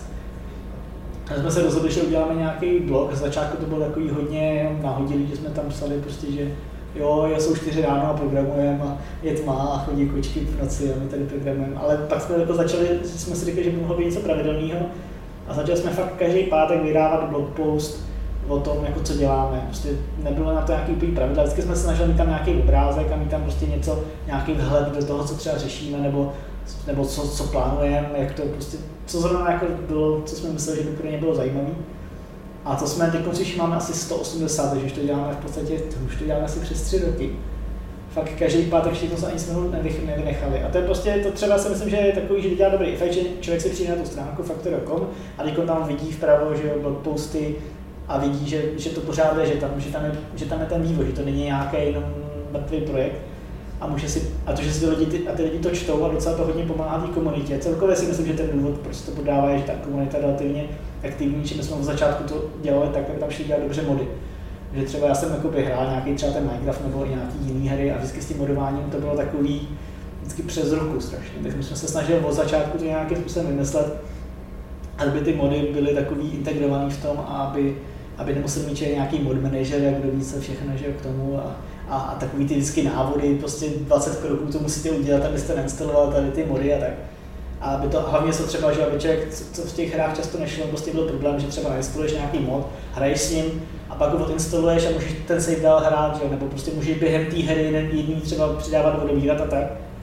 S3: A jsme se rozhodli, že uděláme nějaký blog, z začátku to bylo takový hodně nahodilý, že jsme tam psali prostě, že jo, jsou čtyři ráno a programujeme a je tma a chodí kočky v noci a my tady programujeme. Ale pak jsme jako začali, jsme si řekli, že by mohlo být něco pravidelného. A začali jsme fakt každý pátek vydávat blog post o tom, jako co děláme. Prostě nebylo na to nějaký úplný pravidla. Vždycky jsme se snažili mít tam nějaký obrázek a mít tam prostě něco, nějaký vhled do toho, co třeba řešíme, nebo, nebo co, co plánujeme, jak to prostě, co zrovna jako bylo, co jsme mysleli, že by pro ně bylo zajímavé. A to jsme teď už máme asi sto osmdesát, takže už to děláme v podstatě, už to děláme asi přes tři roky. Fakt každý pátek všechno se ani jsme nevynechali. A to je prostě, to třeba si myslím, že je takový, že dělá dobrý efekt, že člověk si přijde na tu stránku factorio tečka com a když tam vidí vpravo, že jo, blogposty a vidí, že, že to pořád je, že tam, že, tam je, že tam je ten vývoj, že to není nějaký jenom mrtvý projekt. A, může si, a to, že si ty lidi, a ty lidi to čtou a docela to hodně pomáhá té komunitě. Celkově si myslím, že ten důvod, proč to podává, je, že ta komunita je relativně aktivní, že my jsme v začátku to dělali tak, jak tam šli dělat dobře mody. Že třeba já jsem jako hrál nějaký třeba ten Minecraft nebo i nějaký jiný hry a vždycky s tím modováním to bylo takový vždycky přes ruku strašně. Tak my jsme se snažili od začátku to nějakým způsobem vymyslet, aby ty mody byly takový integrovaný v tom, aby, aby nemuseli mít nějaký mod manager, jak kdo ví co všechno, že k tomu a, a, a takový ty vždycky návody, prostě dvacet kroků to musíte udělat, abyste nainstaloval tady ty mody a tak. A aby to, hlavně se třeba, že aby člověk, co v těch hrách často nešlo, prostě byl problém, že třeba nainstaluješ nějaký mod, hraješ s ním a pak ho odinstaluješ a můžeš ten save dál hrát, že? Nebo prostě můžeš během té hry jedný třeba přidávat, odebírat a tak.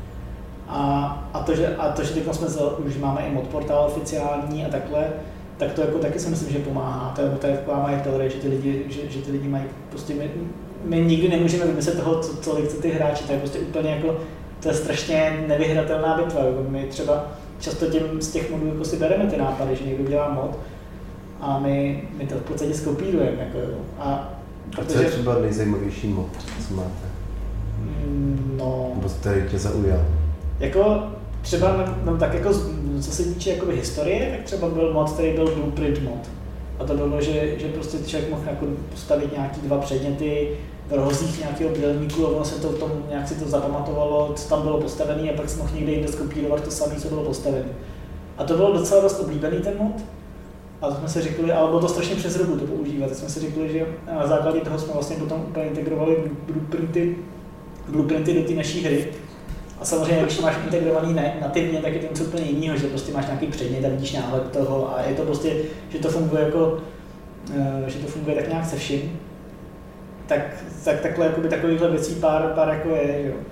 S3: A, a to, že, a to, že teď jsme už máme i mod portál oficiální a takhle, tak to jako taky si myslím, že pomáhá. To je, to je taková moje teorie, že ty lidi, že, že ty lidi mají prostě, my, my nikdy nemůžeme vymyslet toho, co, co chce ty hráči, to je prostě úplně jako, to je strašně nevyhratelná bitva. My třeba často tím z těch modů jako si bereme ty nápady, že někdo dělá mod a my, my to v podstatě skopírujeme. Jako, a,
S1: a co je třeba nejzajímavější mod, co máte?
S3: No,
S1: nebo který tě zaujal?
S3: Jako třeba, no, tak jako, co se týče jakoby historie, tak třeba byl mod, který byl Blueprint mod. A to bylo, že, že prostě člověk mohl jako postavit nějaký dva předměty v rohozích nějakého obdělníku a ono se to v tom nějak si to zapamatovalo, co tam bylo postavené a pak si mohl někde jinde skopírovat to samé, co bylo postavené. A to bylo docela dost oblíbený ten mod. A to jsme si řekli, ale bylo to strašně přes ruku to používat, tak jsme si řekli, že na základě toho jsme vlastně potom úplně integrovali blueprinty, blueprinty do té naší hry. A samozřejmě, když máš integrovaný nativně, tak je to něco úplně jiného, že prostě máš nějaký předmět a vidíš náhled toho a je to prostě, že to funguje jako, že to funguje tak nějak se vším. Tak, tak takhle jakoby takovýchhle věcí pár, pár jako je, jo.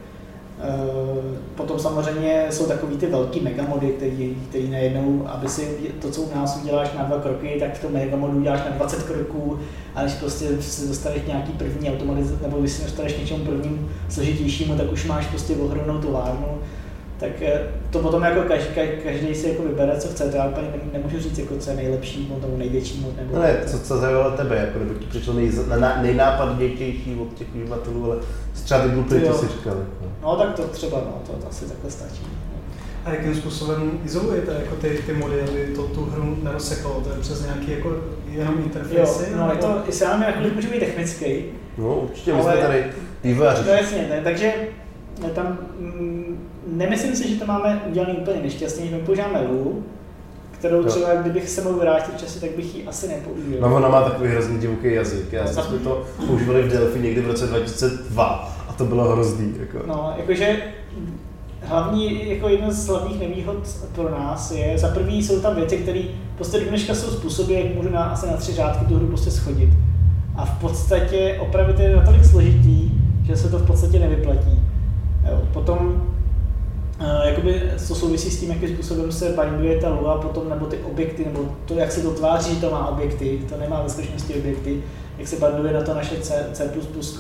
S3: Potom samozřejmě jsou takový ty velký megamody, který, který najednou, aby si to, co u nás uděláš na dva kroky, tak v tom megamodu uděláš na dvacet kroků a když prostě se dostaneš nějaký první automatizace, nebo když se dostaneš něčemu prvním složitějšímu, tak už máš prostě ohromnou továrnu. Tak to potom jako každý, každý si jako vybere, co chce, to já úplně nemůžu říct, jako, co je nejlepší mod nebo největší mod. Nebo
S1: no ne, co, co zajímalo tebe, jako, nebo ti přišlo nej, nejnápadnější od těch uživatelů, ale třeba ty blueprinty si říkali. No.
S3: no tak to třeba, no, to, to asi takhle stačí.
S2: A jakým způsobem izolujete jako ty, ty mody, aby to tu hru nerozsekalo? To je přes nějaký jako jenom interfejsy?
S3: Jo, no je to, jestli já nevím, jak může být technický.
S1: No určitě, my jsme tady vývojáři.
S3: To jasně, ne, takže tam mm, nemyslím si, že to máme udělané úplně nešťastně, my používáme Lulu, kterou třeba kdybych se mohl vrátit v čase, tak bych ji asi nepoužil.
S1: No ona má takový hrozně divoký jazyk, já no, jsme to používali v Delphi někdy v roce dva tisíce dva a to bylo hrozný. Jako.
S3: No, jakože hlavní, jako jedna z hlavních nevýhod pro nás je, za první jsou tam věci, které prostě do dneška jsou způsoby, jak můžu na, asi na tři řádky tu hru prostě schodit. A v podstatě opravit je natolik složitý, že se to v podstatě nevyplatí. Jo, potom uh, jakoby to souvisí s tím, jakým způsobem se binduje ta Lua, potom nebo ty objekty, nebo to, jak se to tváří, to má objekty, to nemá ve skutečnosti objekty, jak se binduje na to naše C, C++,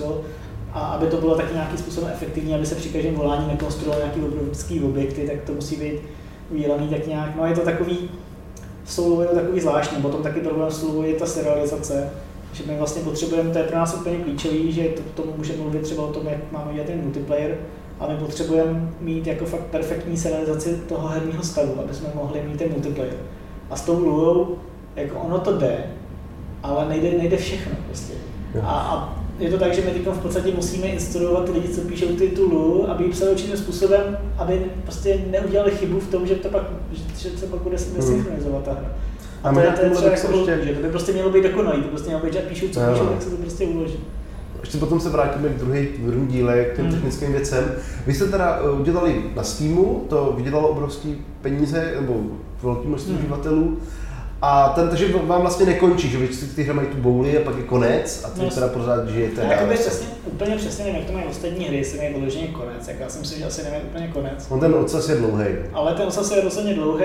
S3: a aby to bylo taky nějakým způsobem efektivní, aby se při každém volání nekonstruovaly nějaké obrovské objekty, tak to musí být udělaný tak nějak. No je to takový, v Soulu je to takový zvláštní, potom taky problém v Soulu je ta serializace, že my vlastně potřebujeme, to je pro nás úplně klíčový, že to, tomu můžeme mluvit třeba o tom, jak máme dělat ten multiplayer, a my potřebujeme mít jako fakt perfektní serializaci toho herního stavu, aby jsme mohli mít ten multiplayer. A s tou Luou, jako ono to jde, ale nejde, nejde všechno prostě. A, a je to tak, že my teď v podstatě musíme instruovat ty lidi, co píšou ty tu Luu, aby ji psali určitým způsobem, aby prostě neudělali chybu v tom, že to pak, že se pak bude nesynchronizovat ta hra. A, a to je třeba jako ještě... že to by prostě mělo být dokonalý, to prostě mělo být, že píšou, co píšou, tak se to prostě uloží.
S1: Ještě potom se vrátíme k druhé druhém díle, k těm hmm. technickým věcem. Vy jste teda udělali na Steamu, to vydělalo obrovský peníze, nebo velké množství hmm. uživatelů. A ten, takže vám vlastně nekončí, že vy ty hry mají tu bouli a pak je konec a ty no, teda pořád žijete.
S3: No, jakoby přesně, úplně přesně nevím, jak to mají ostatní hry, jestli mají vyloženě konec, jak já si myslím, že asi nemají úplně konec.
S1: On ten ocas je dlouhý.
S3: Ale ten ocas je rozhodně dlouhý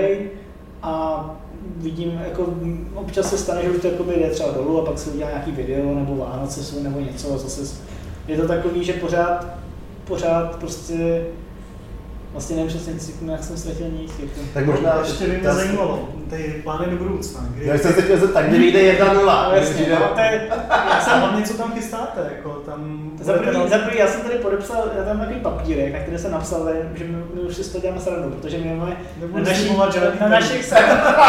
S3: a vidím, jako občas se stane, že už to jde třeba dolů a pak se udělá nějaký video nebo Vánoce jsou nebo něco a zase je to takový, že pořád, pořád prostě vlastně nevím přesně, jak jsem ztratil nic.
S2: Tak možná ještě by mě zajímalo, ty plány do budoucna.
S1: Kdy... Já jsem se chtěl zeptat, kdy vyjde jedna nula.
S3: No jasně, no, to je...
S2: Já jsem hlavně, co tam chystáte, jako tam...
S3: Za první, za první, já jsem tady podepsal, já tam takový papírek, na který jsem napsal, že my, my už si to děláme srandu, protože my máme na, naší, na našich stranách.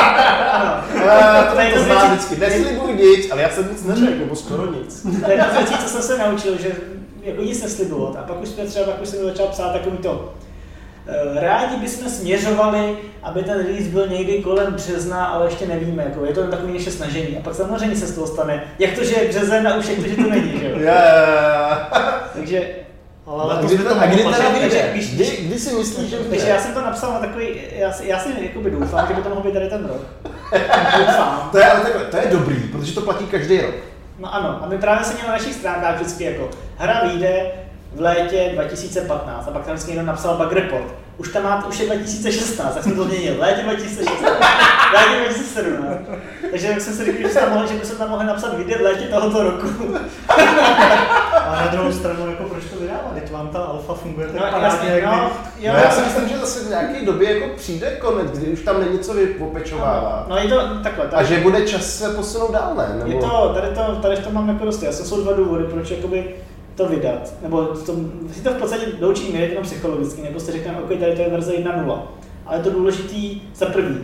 S1: Ano, to znám vždycky, neslibuj nic, ale já jsem nic neřekl, nebo skoro nic.
S3: To je jedna z věcí, co jsem se naučil, že jako nic neslibovat a pak už jsme třeba, pak už jsem začal psát takový to. Rádi bychom směřovali, aby ten release byl někdy kolem března, ale ještě nevíme, jako je to takový naše snažení. A pak samozřejmě se z toho stane, jak to, že je březen a už jak to, že to není, že jo?
S1: Yeah.
S3: Takže...
S1: Ale, ale kdy, to, a kdy teda vyjde? Kdy, kdy si myslíš, že vyjde?
S3: Takže já jsem to napsal na takový, já si, já si jakoby doufám, že by to mohl být tady ten rok. Doufám.
S1: To je, ale takhle, to je dobrý, protože to platí každý rok.
S3: No ano, a my právě se na našich stránkách vždycky jako hra vyjde v létě dva tisíce patnáct a pak tam vždycky někdo napsal bug report. Už tam má, už je dva tisíce šestnáct, tak jsme to změnili, létě dva tisíce šestnáct, létě dva tisíce sedmnáct. Takže jak jsem si řekl, že, tam mohli, že by se tam mohli napsat vyjde v létě tohoto roku.
S2: A na druhou stranu, jako proč to vydávat? Teď vám ta alfa funguje tak
S3: no,
S2: parádně, jak
S3: no,
S1: jo, no, já si myslím, že zase v nějaké době jako přijde konec, kdy už tam není co vyopečovává.
S3: No, no je to takhle. Tady,
S1: a že bude čas se posunout dál, ne? Nebo...
S3: Je to, tady to, tady to mám jako dost jasné, jsou dva důvody, proč jakoby to vydat, nebo to, si to v podstatě doučí měřit jenom psychologicky, nebo si řekneme, ok, tady to je verze jedna nula. Ale je to důležitý za první.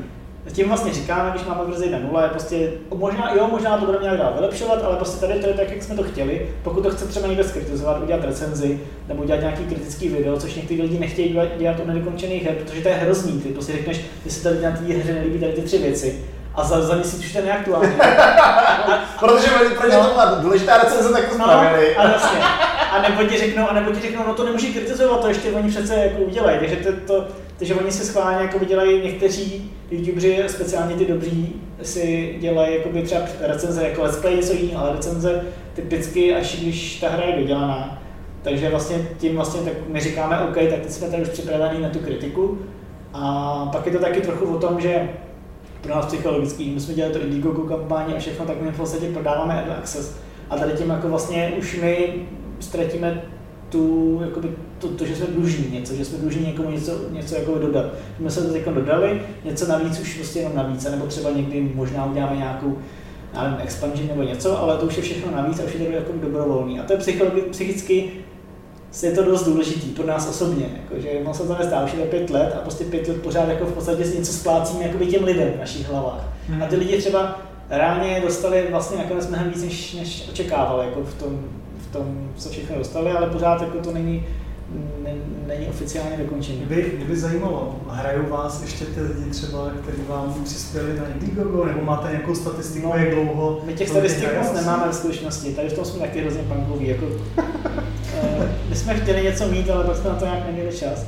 S3: Tím vlastně říkáme, když máme verzi jedna nula, prostě možná, jo, možná to budeme nějak dál vylepšovat, ale prostě tady to je tak, jak jsme to chtěli. Pokud to chce třeba někdo skritizovat, udělat recenzi nebo udělat nějaký kritický video, což někteří lidi nechtějí dělat u nedokončených her, protože to je hrozný. Ty prostě řekneš, že se tady na té hře nelíbí tady ty tři věci. A za, za měsíc už to je neaktuální.
S1: Protože pro ně to byla důležitá recenze, tak to spravili.
S3: No, a vlastně. A nebo ti řeknou, a nebo ti řeknou, no to nemůže kritizovat, to ještě oni přece jako udělají. Takže to, to, takže oni si schválně jako vydělají někteří youtubeři, speciálně ty dobří, si dělají jakoby třeba recenze jako let's play něco jiného, ale recenze typicky, až když ta hra je dodělaná. Takže vlastně tím vlastně tak my říkáme, OK, tak teď jsme tady už připravení na tu kritiku. A pak je to taky trochu o tom, že pro nás psychologický, my jsme dělali to Indiegogo kampaně a všechno, tak my v podstatě prodáváme Early Access. A tady tím jako vlastně už my ztratíme tu, jakoby, to, to, že jsme dlužní něco, že jsme dlužní někomu něco, něco jako dodat. My jsme to teď dodali, něco navíc už prostě jenom navíc, nebo třeba někdy možná uděláme nějakou, nevím, expansion nebo něco, ale to už je všechno navíc a už je to jako dobrovolný. A to je psychologicky, psychicky je to dost důležitý pro nás osobně, jakože ono se to nestá, už je to pět let a prostě pět let pořád jako v podstatě něco splácíme jakoby těm lidem v našich hlavách. Hmm. A ty lidi třeba reálně dostali vlastně nakonec mnohem víc, než, než očekávali jako v tom, v tom, co všechno dostali, ale pořád jako to není, ne, není oficiálně dokončené.
S2: Kdyby, kdyby zajímalo, hrajou vás ještě ty lidi třeba, kteří vám přispěli na Indiegogo, nebo máte nějakou statistiku, no, jak dlouho?
S3: My těch statistik moc nemáme v skutečnosti, tady v tom jsme taky hrozně punkoví. Jako, uh, my jsme chtěli něco mít, ale pak jsme na to nějak neměli čas.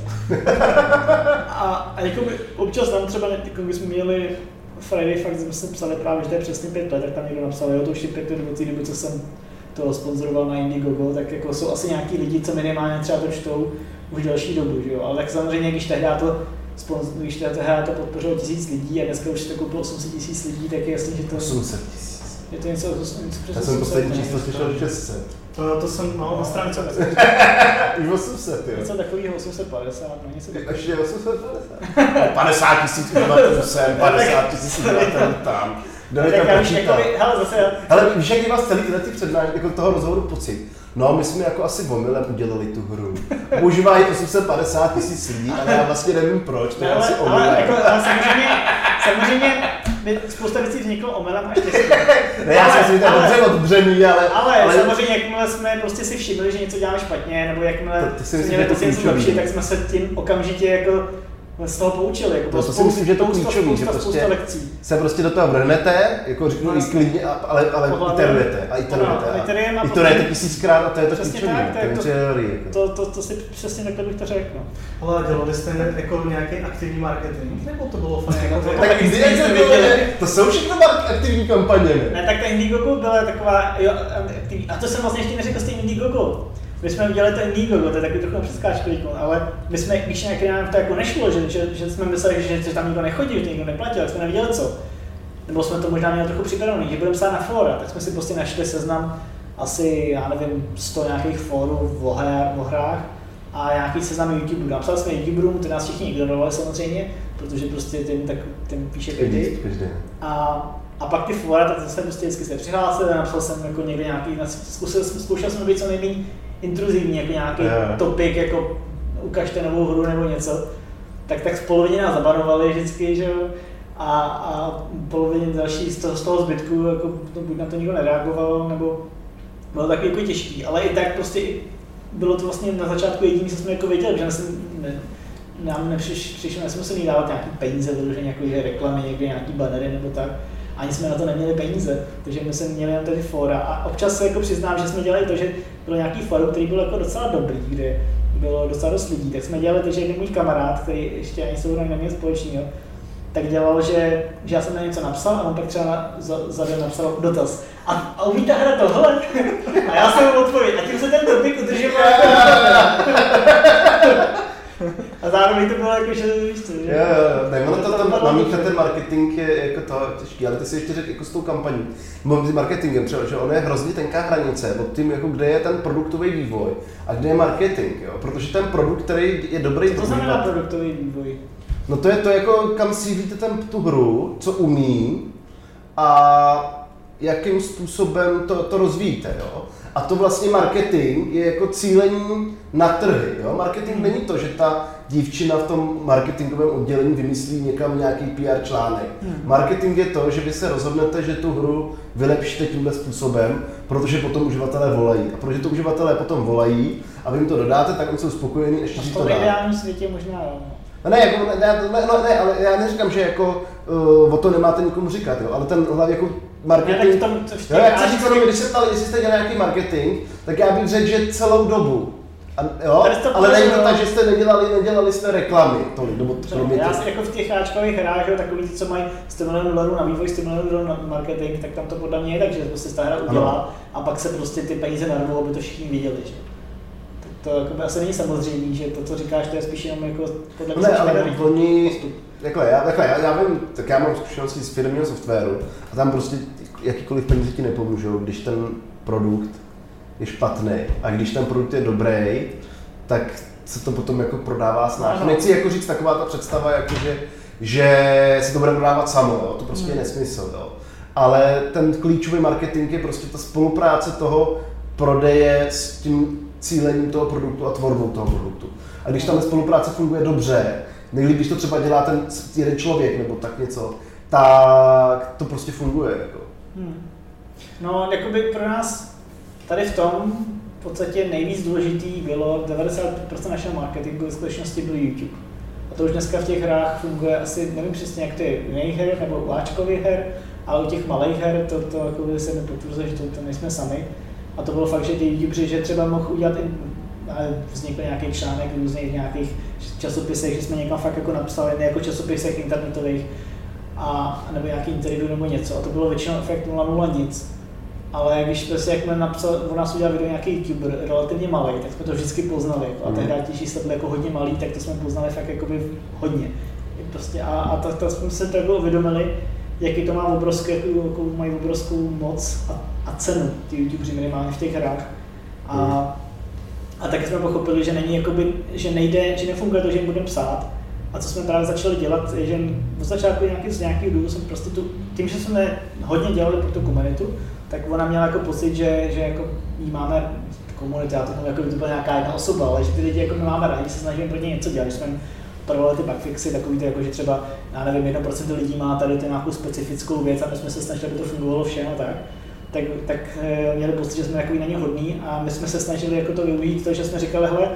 S3: A, a jako by, občas tam třeba, jako by jsme měli Friday fakt jsme se psali právě, že to je přesně pět let, tak tam někdo napsal, jo, to už je pět let od té doby, co jsem to sponzoroval na Indiegogo, tak jako jsou asi nějaký lidi, co minimálně třeba to čtou už delší dobu, že jo, ale tak samozřejmě, když tehdy to sponz, když tehdy to podpořilo tisíc lidí a dneska už to koupilo osm set tisíc lidí, tak je jasný, že to
S1: osm set tisíc.
S3: Je to něco, něco přes
S1: Já jsem poslední číslo slyšel šest set.
S2: To, to jsem mal na stránce.
S1: Už osm set, jo.
S3: Něco takového osm set padesát, no něco takového.
S1: Ještě osm set padesát. padesát tisíc uživatelů sem, padesát tisíc uživatelů tam.
S3: Tak já už jako, hele zase...
S1: Hele, víš, jak je vás celý tyhle ty přednášky jako toho rozhovoru pocit? No, my jsme jako asi omylem udělali tu hru. Používají osm set padesát tisíc lidí, ale já vlastně nevím proč, to je
S3: ale,
S1: asi omylem.
S3: Ale, jako, ale samozřejmě, samozřejmě spousta věcí vzniklo omylem až těžko.
S1: Ne, já jsem si to dobře odbřený, ale...
S3: Ale, ale samozřejmě, jakmile jsme prostě si všimli, že něco děláme špatně, nebo jakmile
S1: to, to
S3: jsme měli pocit něco lepší, tak jsme se tím okamžitě jako z toho poučili, jako
S1: to, to si myslím, že to klíčový, že prostě se prostě do toho vrhnete, jako řeknu i klidně, ale, ale iterujete a iterujete a iterujete tisíckrát a to je to klíčový, to je teorie.
S3: To, to, to si přesně takhle bych to řekl.
S2: Ale dělali jste jako nějaký aktivní marketing, nebo to bylo fakt jako to?
S1: Tak to jsou všechno aktivní kampaně, ne?
S3: Ne, tak ta Indiegogo byla taková, jo, aktivní, a to jsem vlastně ještě neřekl z té Indiegogo. My jsme udělali to Indiegogo, to je takový trochu na přeskáčku, ale my jsme, když nějaký nám to jako nešlo, že, že, že jsme mysleli, že, že tam nikdo nechodí, že nikdo neplatil, tak jsme nevěděli co. Nebo jsme to možná měli trochu připravený, že budeme psát na fóra, tak jsme si prostě našli seznam asi, já nevím, sto nějakých fórů v hrách a nějaký seznam YouTuberů. Napsali jsme YouTuberům, ty nás všichni ignorovali samozřejmě, protože prostě tím, tak, tím píše každý. A A pak ty fóra, tak zase prostě vždycky se přihlásil, napsal jsem jako někde nějaký, zkusil, zkoušel jsem být co nejméně intruzivní, jako nějaký yeah. topik, jako ukažte novou hru nebo něco. Tak tak v polovině nás zabanovali vždycky, že jo, a, a polovině další z toho, z toho zbytku, jako to, buď na to nikdo nereagoval, nebo bylo takový jako těžký, ale i tak prostě bylo to vlastně na začátku jediné, co jsme jako věděli, že nás ne, nám nepřišlo, nesmyslný dávat nějaký peníze, protože nějaké reklamy, někde nějaký banery nebo tak. Ani jsme na to neměli peníze, takže my jsme měli jen tady fóra a občas se jako přiznám, že jsme dělali to, že bylo nějaký fórum, který byl jako docela dobrý, kde bylo docela dost lidí, tak jsme dělali to, že jeden můj kamarád, který ještě ani se neměl společného, tak dělal, že, že já jsem na něco napsal a on pak třeba na, za, za den napsal dotaz. A, a umí ta hra tohle? A já jsem mu odpověď a tím se ten topik udržel jako a zároveň to bylo jako, že víš co, že?
S1: Jo, jo, ne, ono to tam namíchat ten marketing je jako to těžký, ale ty si ještě řekl jako s tou kampaní, s marketingem třeba, že ono je hrozně tenká hranice od tím, jako kde je ten produktový vývoj a kde je marketing, jo, protože ten produkt, který je dobrý...
S3: Co to znamená produktový vývoj?
S1: No to je to jako, kam cílíte tam tu hru, co umí a jakým způsobem to, to rozvíjíte, jo. A to vlastně marketing je jako cílení na trhy. Jo? Marketing
S3: hmm.
S1: není to, že ta dívčina v tom marketingovém oddělení vymyslí někam nějaký P R článek. Hmm. Marketing je to, že vy se rozhodnete, že tu hru vylepšíte tímhle způsobem, protože potom uživatelé volají. A protože to uživatelé potom volají a vy jim to dodáte, tak oni jsou spokojení, ještě si to dá.
S3: V tom ideálním světě možná jo.
S1: Ne, jako, ne, ne, no, ne, ale já neříkám, že jako uh, o to nemáte nikomu říkat, jo, ale ten hlavně jako marketing,
S3: ne, tom, to
S1: jo, já chci říct, když se ptali, jestli jste dělali nějaký marketing, tak já bych řekl, že celou dobu. A, jo, ale není to tak, že jste nedělali, nedělali jste reklamy tolik, nebo kromě
S3: já si jako v těch háčkových hrách, jo, takový ty, co mají sto milionů dolarů na vývoj, sto milionů dolarů na marketing, tak tam to podle mě je tak, že prostě ta hra udělá ano. a pak se prostě ty peníze narvou, aby to všichni viděli, že? To jako asi není samozřejmé, že to, co říkáš, to je spíš jenom jako podle mě.
S1: Ne, ale oni, jako já, jako já, já vím, tak já mám zkušenosti z firmního softwaru a tam prostě jakýkoliv peníze ti nepomůžou, když ten produkt je špatný a když ten produkt je dobrý, tak se to potom jako prodává snáš. Nechci jako říct taková ta představa, jako že, že se to bude prodávat samo, jo? To prostě je nesmysl, jo? Ale ten klíčový marketing je prostě ta spolupráce toho prodeje s tím cílením toho produktu a tvorbou toho produktu. A když tam spolupráce funguje dobře, nejlíp, když to třeba dělá ten jeden člověk nebo tak něco, tak to prostě funguje. Jako. Hmm.
S3: No, jakoby pro nás tady v tom v podstatě nejvíc důležitý bylo devadesát pět procent našeho marketingu ve skutečnosti byl YouTube. A to už dneska v těch hrách funguje asi, nevím přesně jak ty jiných her nebo u áčkových her, ale u těch malých her to, to jako se mi potvrzuje, že to, to nejsme sami. A to bylo fakt, že ty YouTubeři, že třeba mohl udělat, vznikl nějaký článek v různých nějakých časopisech, že jsme někam fakt jako napsali, ne jako časopisech internetových, a, nebo nějaký interview nebo něco. A to bylo většinou efekt nula nula nic. Ale když prostě jakmile napsal, o nás udělal video nějaký YouTuber, relativně malý, tak jsme to vždycky poznali. A tehdy ti čísla byly jako hodně malý, tak to jsme poznali fakt jakoby hodně. Prostě a, a tak, tak jsme se tak uvědomili, jaký to má obrovskou, jakou mají obrovskou moc a, a cenu ty YouTubeři minimálně v těch hrách. A, a taky jsme pochopili, že není jakoby, že nejde, že nefunguje to, že jim budeme psát. A co jsme právě začali dělat, je, že v začátku nějaký, z nějakých důvodů jsem prostě tu, tím, že jsme hodně dělali pro tu komunitu, tak ona měla jako pocit, že, že jako jí máme komunitu, já to jako by to byla nějaká jedna osoba, ale že ty lidi jako my máme rádi, se snažíme pro ně něco dělat, že jsme provali ty bugfixy, takový to jako, že třeba, já nevím, jedno procento lidí má tady nějakou specifickou věc a my jsme se snažili, aby to fungovalo všem a tak. Tak, tak měli pocit, že jsme takový na ně hodní a my jsme se snažili jako to využít, to, že jsme říkali, hele,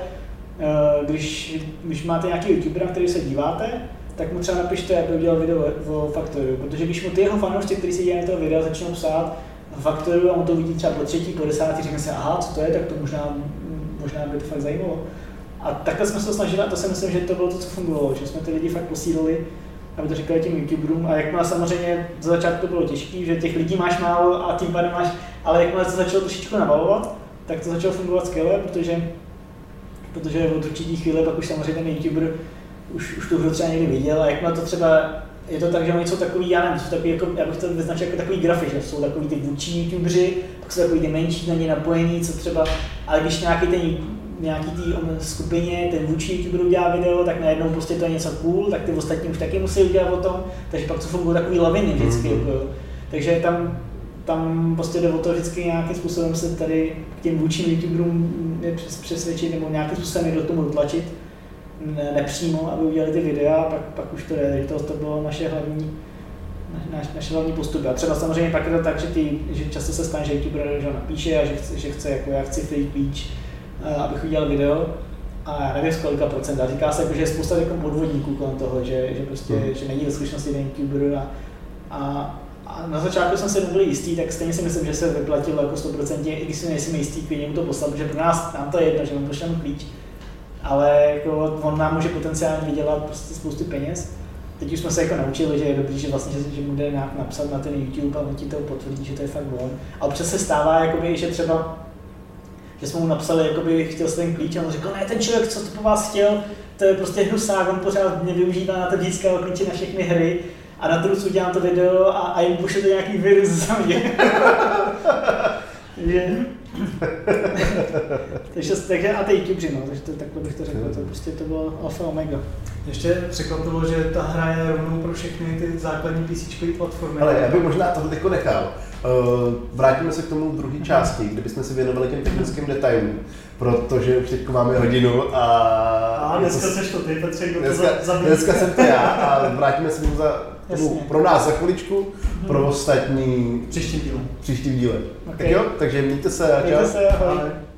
S3: když, když máte nějaký YouTuber, na který se díváte, tak mu třeba napište, jak udělal video o Factoriu, protože když mu ty jeho fanoušci, kteří si dělají toho videa, začnou psát Factoriu a on to vidí třeba po třetí, po desátý, řekne se, aha, co to je, tak to možná, možná by to fakt zajímalo. A takhle jsme se snažili a to si myslím, že to bylo to, co fungovalo, že jsme ty lidi fakt posílili, aby to říkali těm YouTuberům a jakmile samozřejmě za začátku to bylo těžké, že těch lidí máš málo a tím pádem máš, ale jakmile to začalo trošičku navalovat, tak to začalo fungovat skvěle, protože protože od určitý chvíle pak už samozřejmě ten YouTuber už, už tu hru třeba někdy viděl a jakmile to třeba, je to tak, že oni jsou takový, já nevím, jsou takový, jako, já bych to vyznačil jako takový grafy, že jsou takový ty vůdčí YouTubeři, pak jsou takový ty menší na ně napojení, co třeba, ale když nějaký ten nějaký tý skupině, ten vůči YouTuber udělá video, tak najednou prostě to je něco cool, tak ty ostatní už taky musí udělat o tom, takže pak to fungují takový laviny vždycky. Mm-hmm. Jako, takže tam, tam prostě jde o to vždycky nějakým způsobem se tady k těm vůčím YouTuberům přesvědčit nebo nějakým způsobem je do tomu dotlačit ne, nepřímo, aby udělali ty videa a pak, pak už to jde. To, to bylo naše hlavní, naš, naše hlavní postupy. A třeba samozřejmě pak je to tak, že, ty, že často se stane, že YouTuber že napíše a že chce, že chce jako já chci free klíč, abych udělal video a já nevím z kolika procent. A říká se, jako, že je spousta jako podvodníků kolem toho, že, že, prostě, mm. že není ve skutečnosti ten YouTuber a, a, a na začátku jsem se nebyl jistý, tak stejně si myslím, že se vyplatilo jako sto procent, i když si nejsem jistý, klidně mu to poslat, protože pro nás nám to je jedno, že mu pošleme klíč, ale jako, on nám může potenciálně vydělat prostě spoustu peněz. Teď už jsme se jako naučili, že je dobrý, že vlastně, že, že mu jde nějak napsat na ten YouTube a on ti to potvrdí, že to je fakt on. A občas se stává, jakoby, že třeba že jsme mu napsali, jakoby chtěl jsi ten klíč a on řekl, ne, ten člověk, co to po vás chtěl, to je prostě hnusák, on pořád mě využívá na to získal klíče na všechny hry a na truc udělám to video a, a jim pošlu to nějaký virus za mě. takže, takže, takže a ty YouTubeři, no, takže to, takhle bych to řekl, to prostě to bylo alfa omega.
S2: Ještě překvapilo, že ta hra je rovnou pro všechny ty základní PCčkové platformy.
S1: Ale já bych možná tohle jako nechal. Uh, vrátíme se k tomu druhé části, kde bychom si věnovali těm technickým detailům, protože už teď máme hodinu a...
S2: A dneska seš to ty, Petře, kdo
S1: dneska,
S2: to zabíjí.
S1: Dneska jsem to já a vrátíme se tomu za, tomu pro nás za chviličku, hmm. pro ostatní
S2: příštím dílem.
S1: Příštím díle.
S3: Okay.
S1: Tak jo, takže mějte se a čau.
S3: Mějte se, ahoj. ahoj.